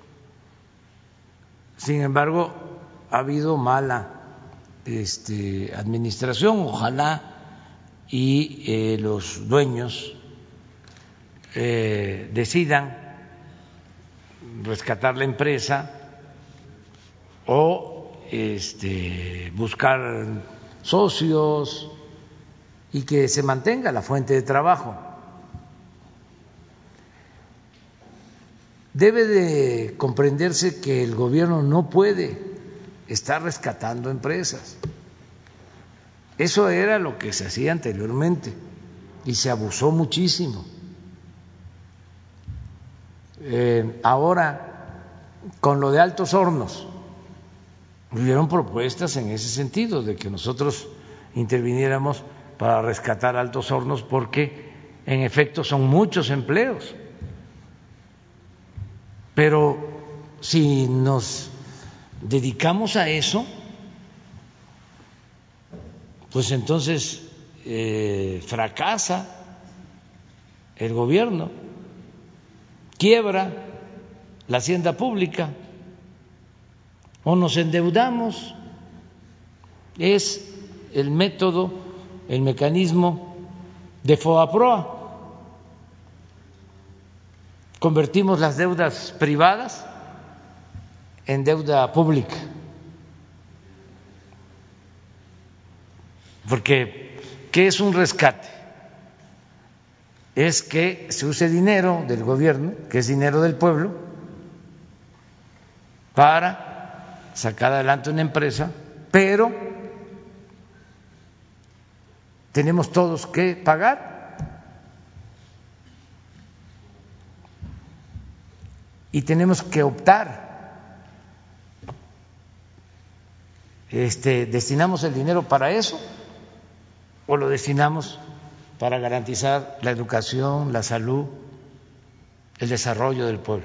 Sin embargo, ha habido mala administración. Ojalá y los dueños decidan rescatar la empresa o buscar socios y que se mantenga la fuente de trabajo. Debe de comprenderse que el gobierno no puede estar rescatando empresas. Eso era lo que se hacía anteriormente y se abusó muchísimo. Ahora, con lo de Altos Hornos, hubieron propuestas en ese sentido, de que nosotros interviniéramos para rescatar Altos Hornos, porque en efecto son muchos empleos. Pero si nos dedicamos a eso, pues entonces fracasa el gobierno, quiebra la hacienda pública o nos endeudamos. Es el método, el mecanismo de FOBAPROA. Convertimos las deudas privadas en deuda pública, porque ¿qué es un rescate? Es que se use dinero del gobierno, que es dinero del pueblo, para sacar adelante una empresa, pero tenemos todos que pagar. Y tenemos que optar. ¿Destinamos el dinero para eso o lo destinamos para garantizar la educación, la salud, el desarrollo del pueblo,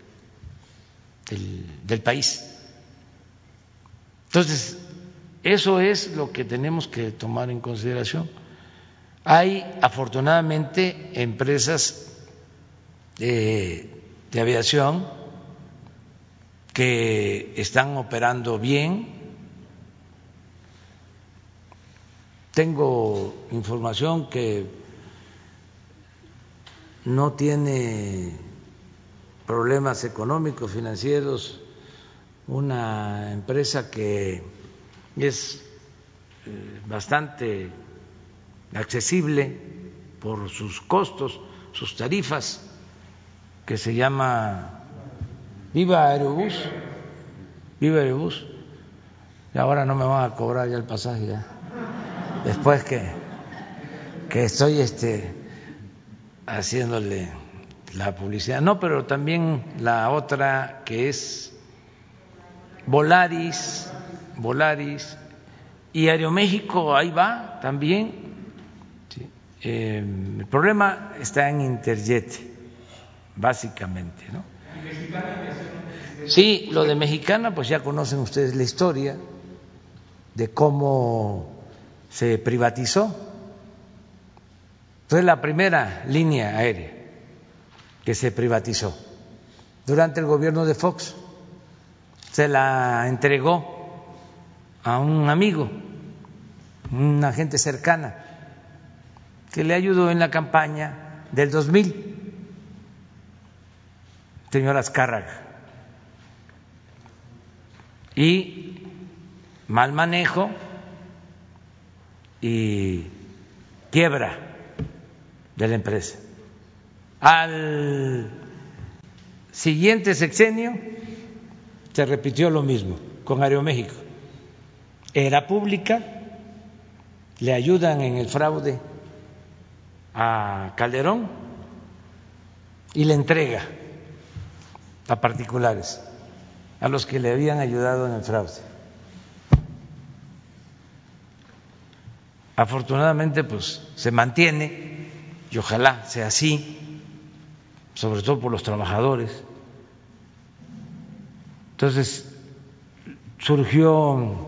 del país? Entonces, eso es lo que tenemos que tomar en consideración. Hay afortunadamente empresas de aviación que están operando bien. Tengo información que no tiene problemas económicos, financieros, una empresa que es bastante accesible por sus costos, sus tarifas, que se llama Viva Aerobús. Viva Aerobús. Y ahora no me van a cobrar ya el pasaje, ya. Después que estoy haciéndole la publicidad. No, pero también la otra que es Volaris y Aeroméxico, ahí va también. Sí. El problema está en Interjet, básicamente, ¿no? Sí, lo de Mexicana, pues ya conocen ustedes la historia de cómo se privatizó. Fue la primera línea aérea que se privatizó durante el gobierno de Fox. Se la entregó a un amigo, una gente cercana, que le ayudó en la campaña del 2000, señor Azcárraga. y mal manejo y quiebra de la empresa. Al siguiente sexenio se repitió lo mismo con Aeroméxico. Era pública, le ayudan en el fraude a Calderón y le entrega a particulares, a los que le habían ayudado en el fraude. Afortunadamente, pues se mantiene y ojalá sea así, sobre todo por los trabajadores. Entonces surgió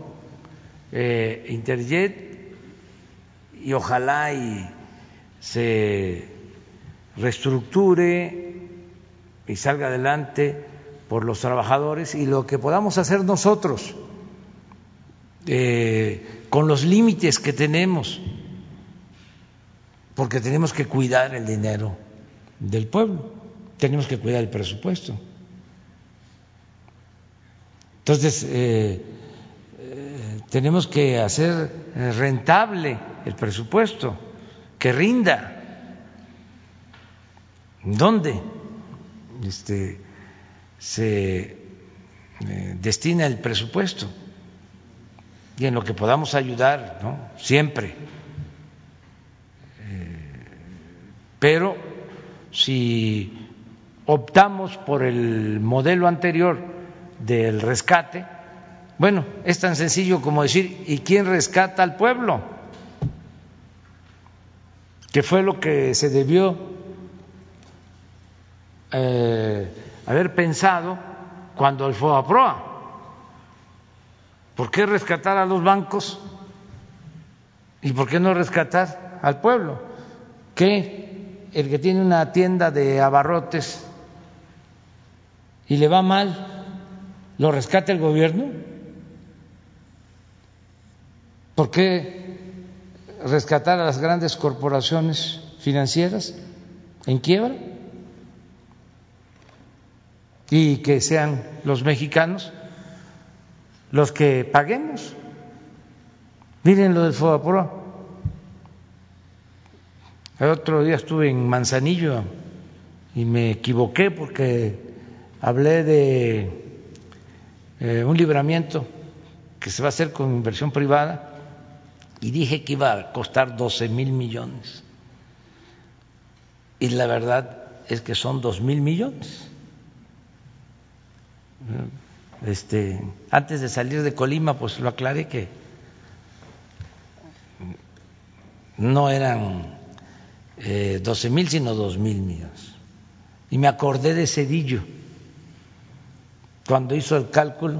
Interjet y ojalá y se reestructure y salga adelante por los trabajadores, y lo que podamos hacer nosotros con los límites que tenemos, porque tenemos que cuidar el dinero del pueblo, tenemos que cuidar el presupuesto. Entonces, tenemos que hacer rentable el presupuesto, que rinda. ¿Dónde se destina el presupuesto? Y en lo que podamos ayudar, ¿no? Siempre. Pero si optamos por el modelo anterior del rescate, bueno, es tan sencillo como decir, ¿y quién rescata al pueblo? ¿Qué fue lo que se debió haber pensado cuando el FOBAPROA? ¿Por qué rescatar a los bancos y por qué no rescatar al pueblo? ¿Que el que tiene una tienda de abarrotes y le va mal, lo rescata el gobierno? ¿Por qué rescatar a las grandes corporaciones financieras en quiebra y que sean los mexicanos los que paguemos? Miren lo del FOBAPROA. El otro día estuve en Manzanillo y me equivoqué porque hablé de un libramiento que se va a hacer con inversión privada y dije que iba a costar 12,000 millones. Y la verdad es que son 2,000 millones. Antes de salir de Colima, pues lo aclaré que no eran 12,000 sino 2,000 millones. Y me acordé de Zedillo cuando hizo el cálculo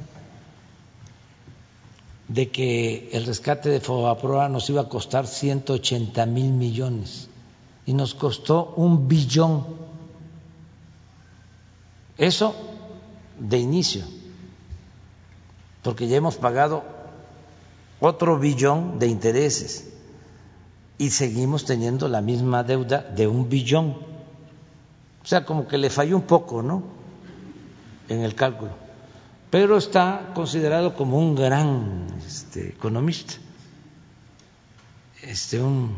de que el rescate de FOBAPROA nos iba a costar 180,000 millones y nos costó 1 billón. Eso de inicio, porque ya hemos pagado otro billón de intereses y seguimos teniendo la misma deuda de 1 billón. O sea, como que le falló un poco, ¿no?, en el cálculo, pero está considerado como un gran economista, un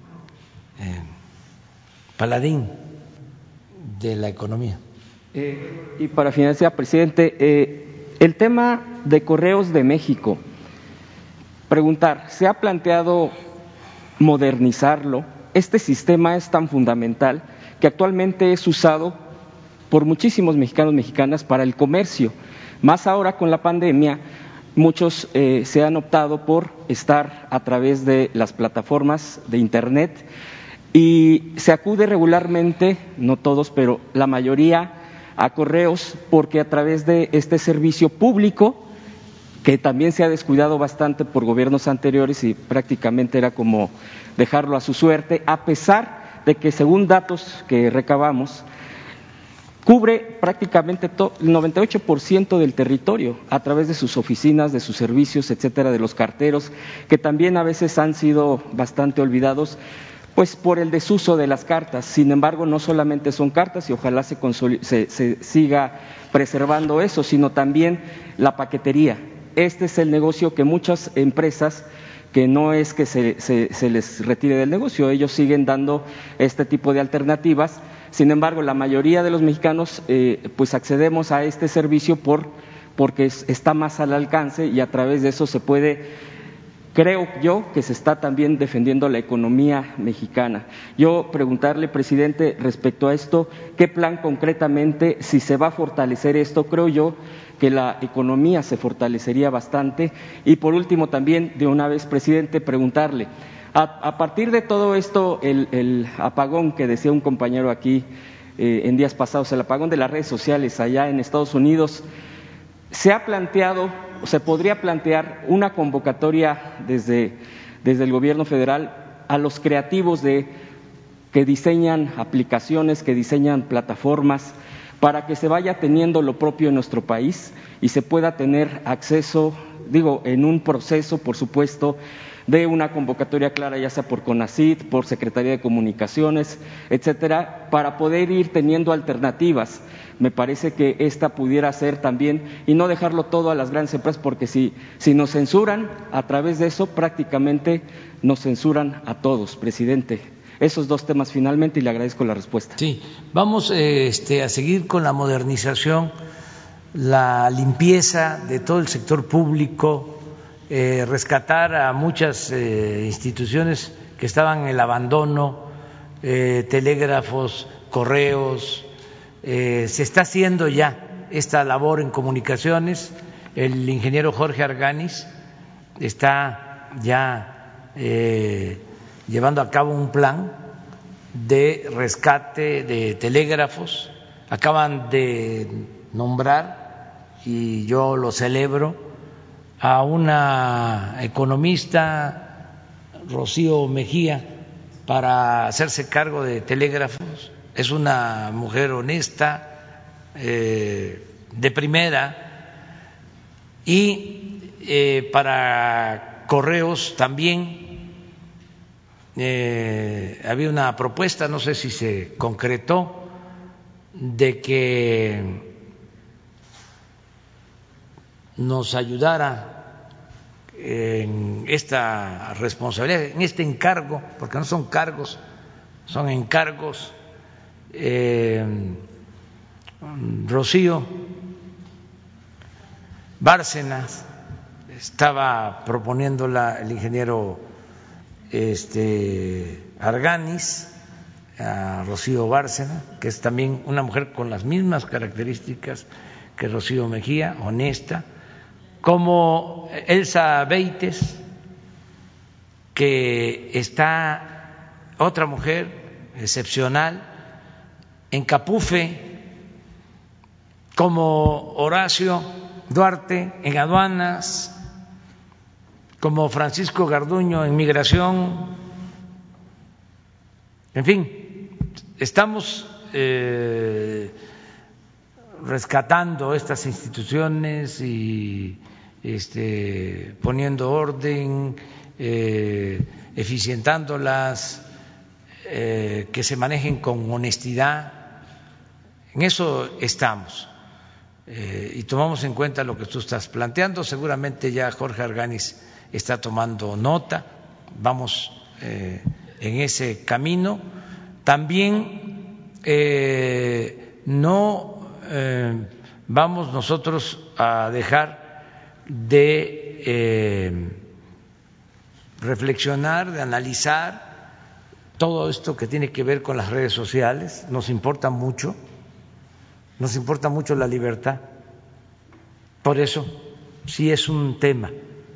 paladín de la economía. Y para finalizar, presidente, el tema de Correos de México, preguntar, ¿se ha planteado modernizarlo? Este sistema es tan fundamental que actualmente es usado por muchísimos mexicanos y mexicanas para el comercio, más ahora con la pandemia. Muchos se han optado por estar a través de las plataformas de Internet y se acude regularmente, no todos, pero la mayoría, a correos, porque a través de este servicio público, que también se ha descuidado bastante por gobiernos anteriores y prácticamente era como dejarlo a su suerte, a pesar de que, según datos que recabamos, cubre prácticamente el 98% del territorio a través de sus oficinas, de sus servicios, etcétera, de los carteros, que también a veces han sido bastante olvidados pues por el desuso de las cartas. Sin embargo, no solamente son cartas y ojalá se siga preservando eso, sino también la paquetería. Este es el negocio que muchas empresas, que no es que se les retire del negocio, ellos siguen dando este tipo de alternativas. Sin embargo, la mayoría de los mexicanos pues accedemos a este servicio porque está más al alcance y a través de eso se puede. Creo yo que se está también defendiendo la economía mexicana. Yo preguntarle, presidente, respecto a esto, ¿qué plan concretamente, si se va a fortalecer esto? Creo yo que la economía se fortalecería bastante. Y por último también, de una vez, presidente, preguntarle, a partir de todo esto, el apagón que decía un compañero aquí en días pasados, el apagón de las redes sociales allá en Estados Unidos, ¿se ha planteado o se podría plantear una convocatoria desde el gobierno federal a los creativos que diseñan aplicaciones, que diseñan plataformas, para que se vaya teniendo lo propio en nuestro país y se pueda tener acceso, en un proceso, por supuesto, de una convocatoria clara, ya sea por CONACYT, por Secretaría de Comunicaciones, etcétera, para poder ir teniendo alternativas? Me parece que esta pudiera ser también, y no dejarlo todo a las grandes empresas, porque si nos censuran, a través de eso prácticamente nos censuran a todos, presidente. Esos dos temas finalmente, y le agradezco la respuesta. Sí, vamos a seguir con la modernización, la limpieza de todo el sector público, rescatar a muchas instituciones que estaban en el abandono, telégrafos, correos. Se está haciendo ya esta labor en comunicaciones. El ingeniero Jorge Arganis está ya llevando a cabo un plan de rescate de telégrafos. Acaban de nombrar, y yo lo celebro, a una economista, Rocío Mejía, para hacerse cargo de telégrafos. Es una mujer honesta, de primera. Y para correos también había una propuesta, no sé si se concretó, de que nos ayudara en esta responsabilidad, en este encargo, porque no son cargos, son encargos. Rocío Bárcenas estaba proponiéndola, el ingeniero Arganis, a Rocío Bárcenas, que es también una mujer con las mismas características que Rocío Mejía, honesta, como Elsa Beites, que está otra mujer excepcional, en Capufe, como Horacio Duarte en aduanas, como Francisco Garduño en migración. En fin, estamos rescatando estas instituciones y poniendo orden, eficientándolas, que se manejen con honestidad. En eso estamos, y tomamos en cuenta lo que tú estás planteando. Seguramente ya Jorge Arganis está tomando nota. Vamos en ese camino. También no vamos nosotros a dejar de reflexionar, de analizar todo esto que tiene que ver con las redes sociales. Nos importa mucho la libertad. Por eso sí es un tema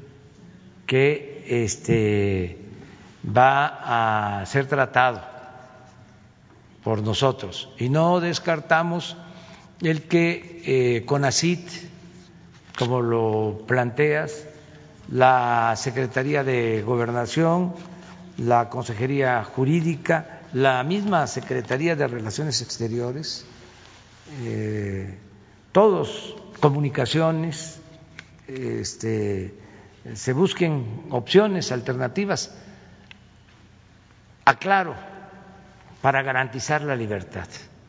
que va a ser tratado por nosotros, y no descartamos el que CONACYT, como lo planteas, la Secretaría de Gobernación, la Consejería Jurídica, la misma Secretaría de Relaciones Exteriores, todos, comunicaciones, se busquen opciones alternativas. aclaro, para garantizar la libertad,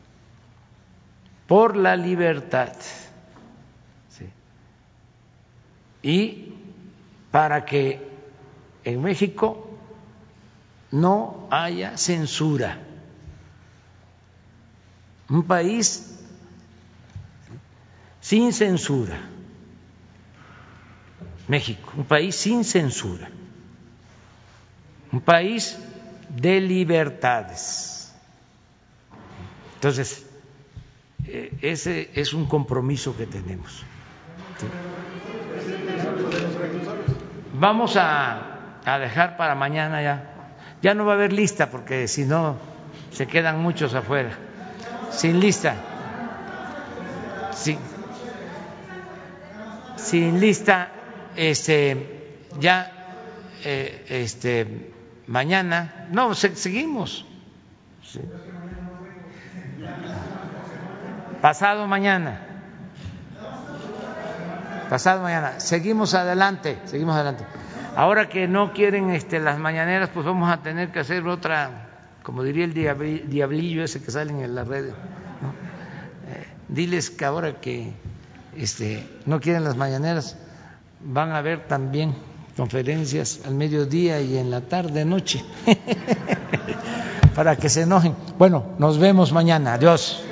por la libertad, ¿sí? Y para que en México no haya censura. Un país sin censura. México, un país sin censura. Un país de libertades. Entonces, ese es un compromiso que tenemos. ¿Sí? Vamos a dejar para mañana ya. Ya no va a haber lista porque si no se quedan muchos afuera. Sin lista. Sin lista, ya mañana. No, seguimos. Sí. Pasado mañana. Seguimos adelante. Ahora que no quieren las mañaneras, pues vamos a tener que hacer otra, como diría el diablillo ese que sale en las redes, ¿no? Diles que ahora que no quieren las mañaneras, van a haber también conferencias al mediodía y en la tarde, noche, para que se enojen. Bueno, nos vemos mañana. Adiós.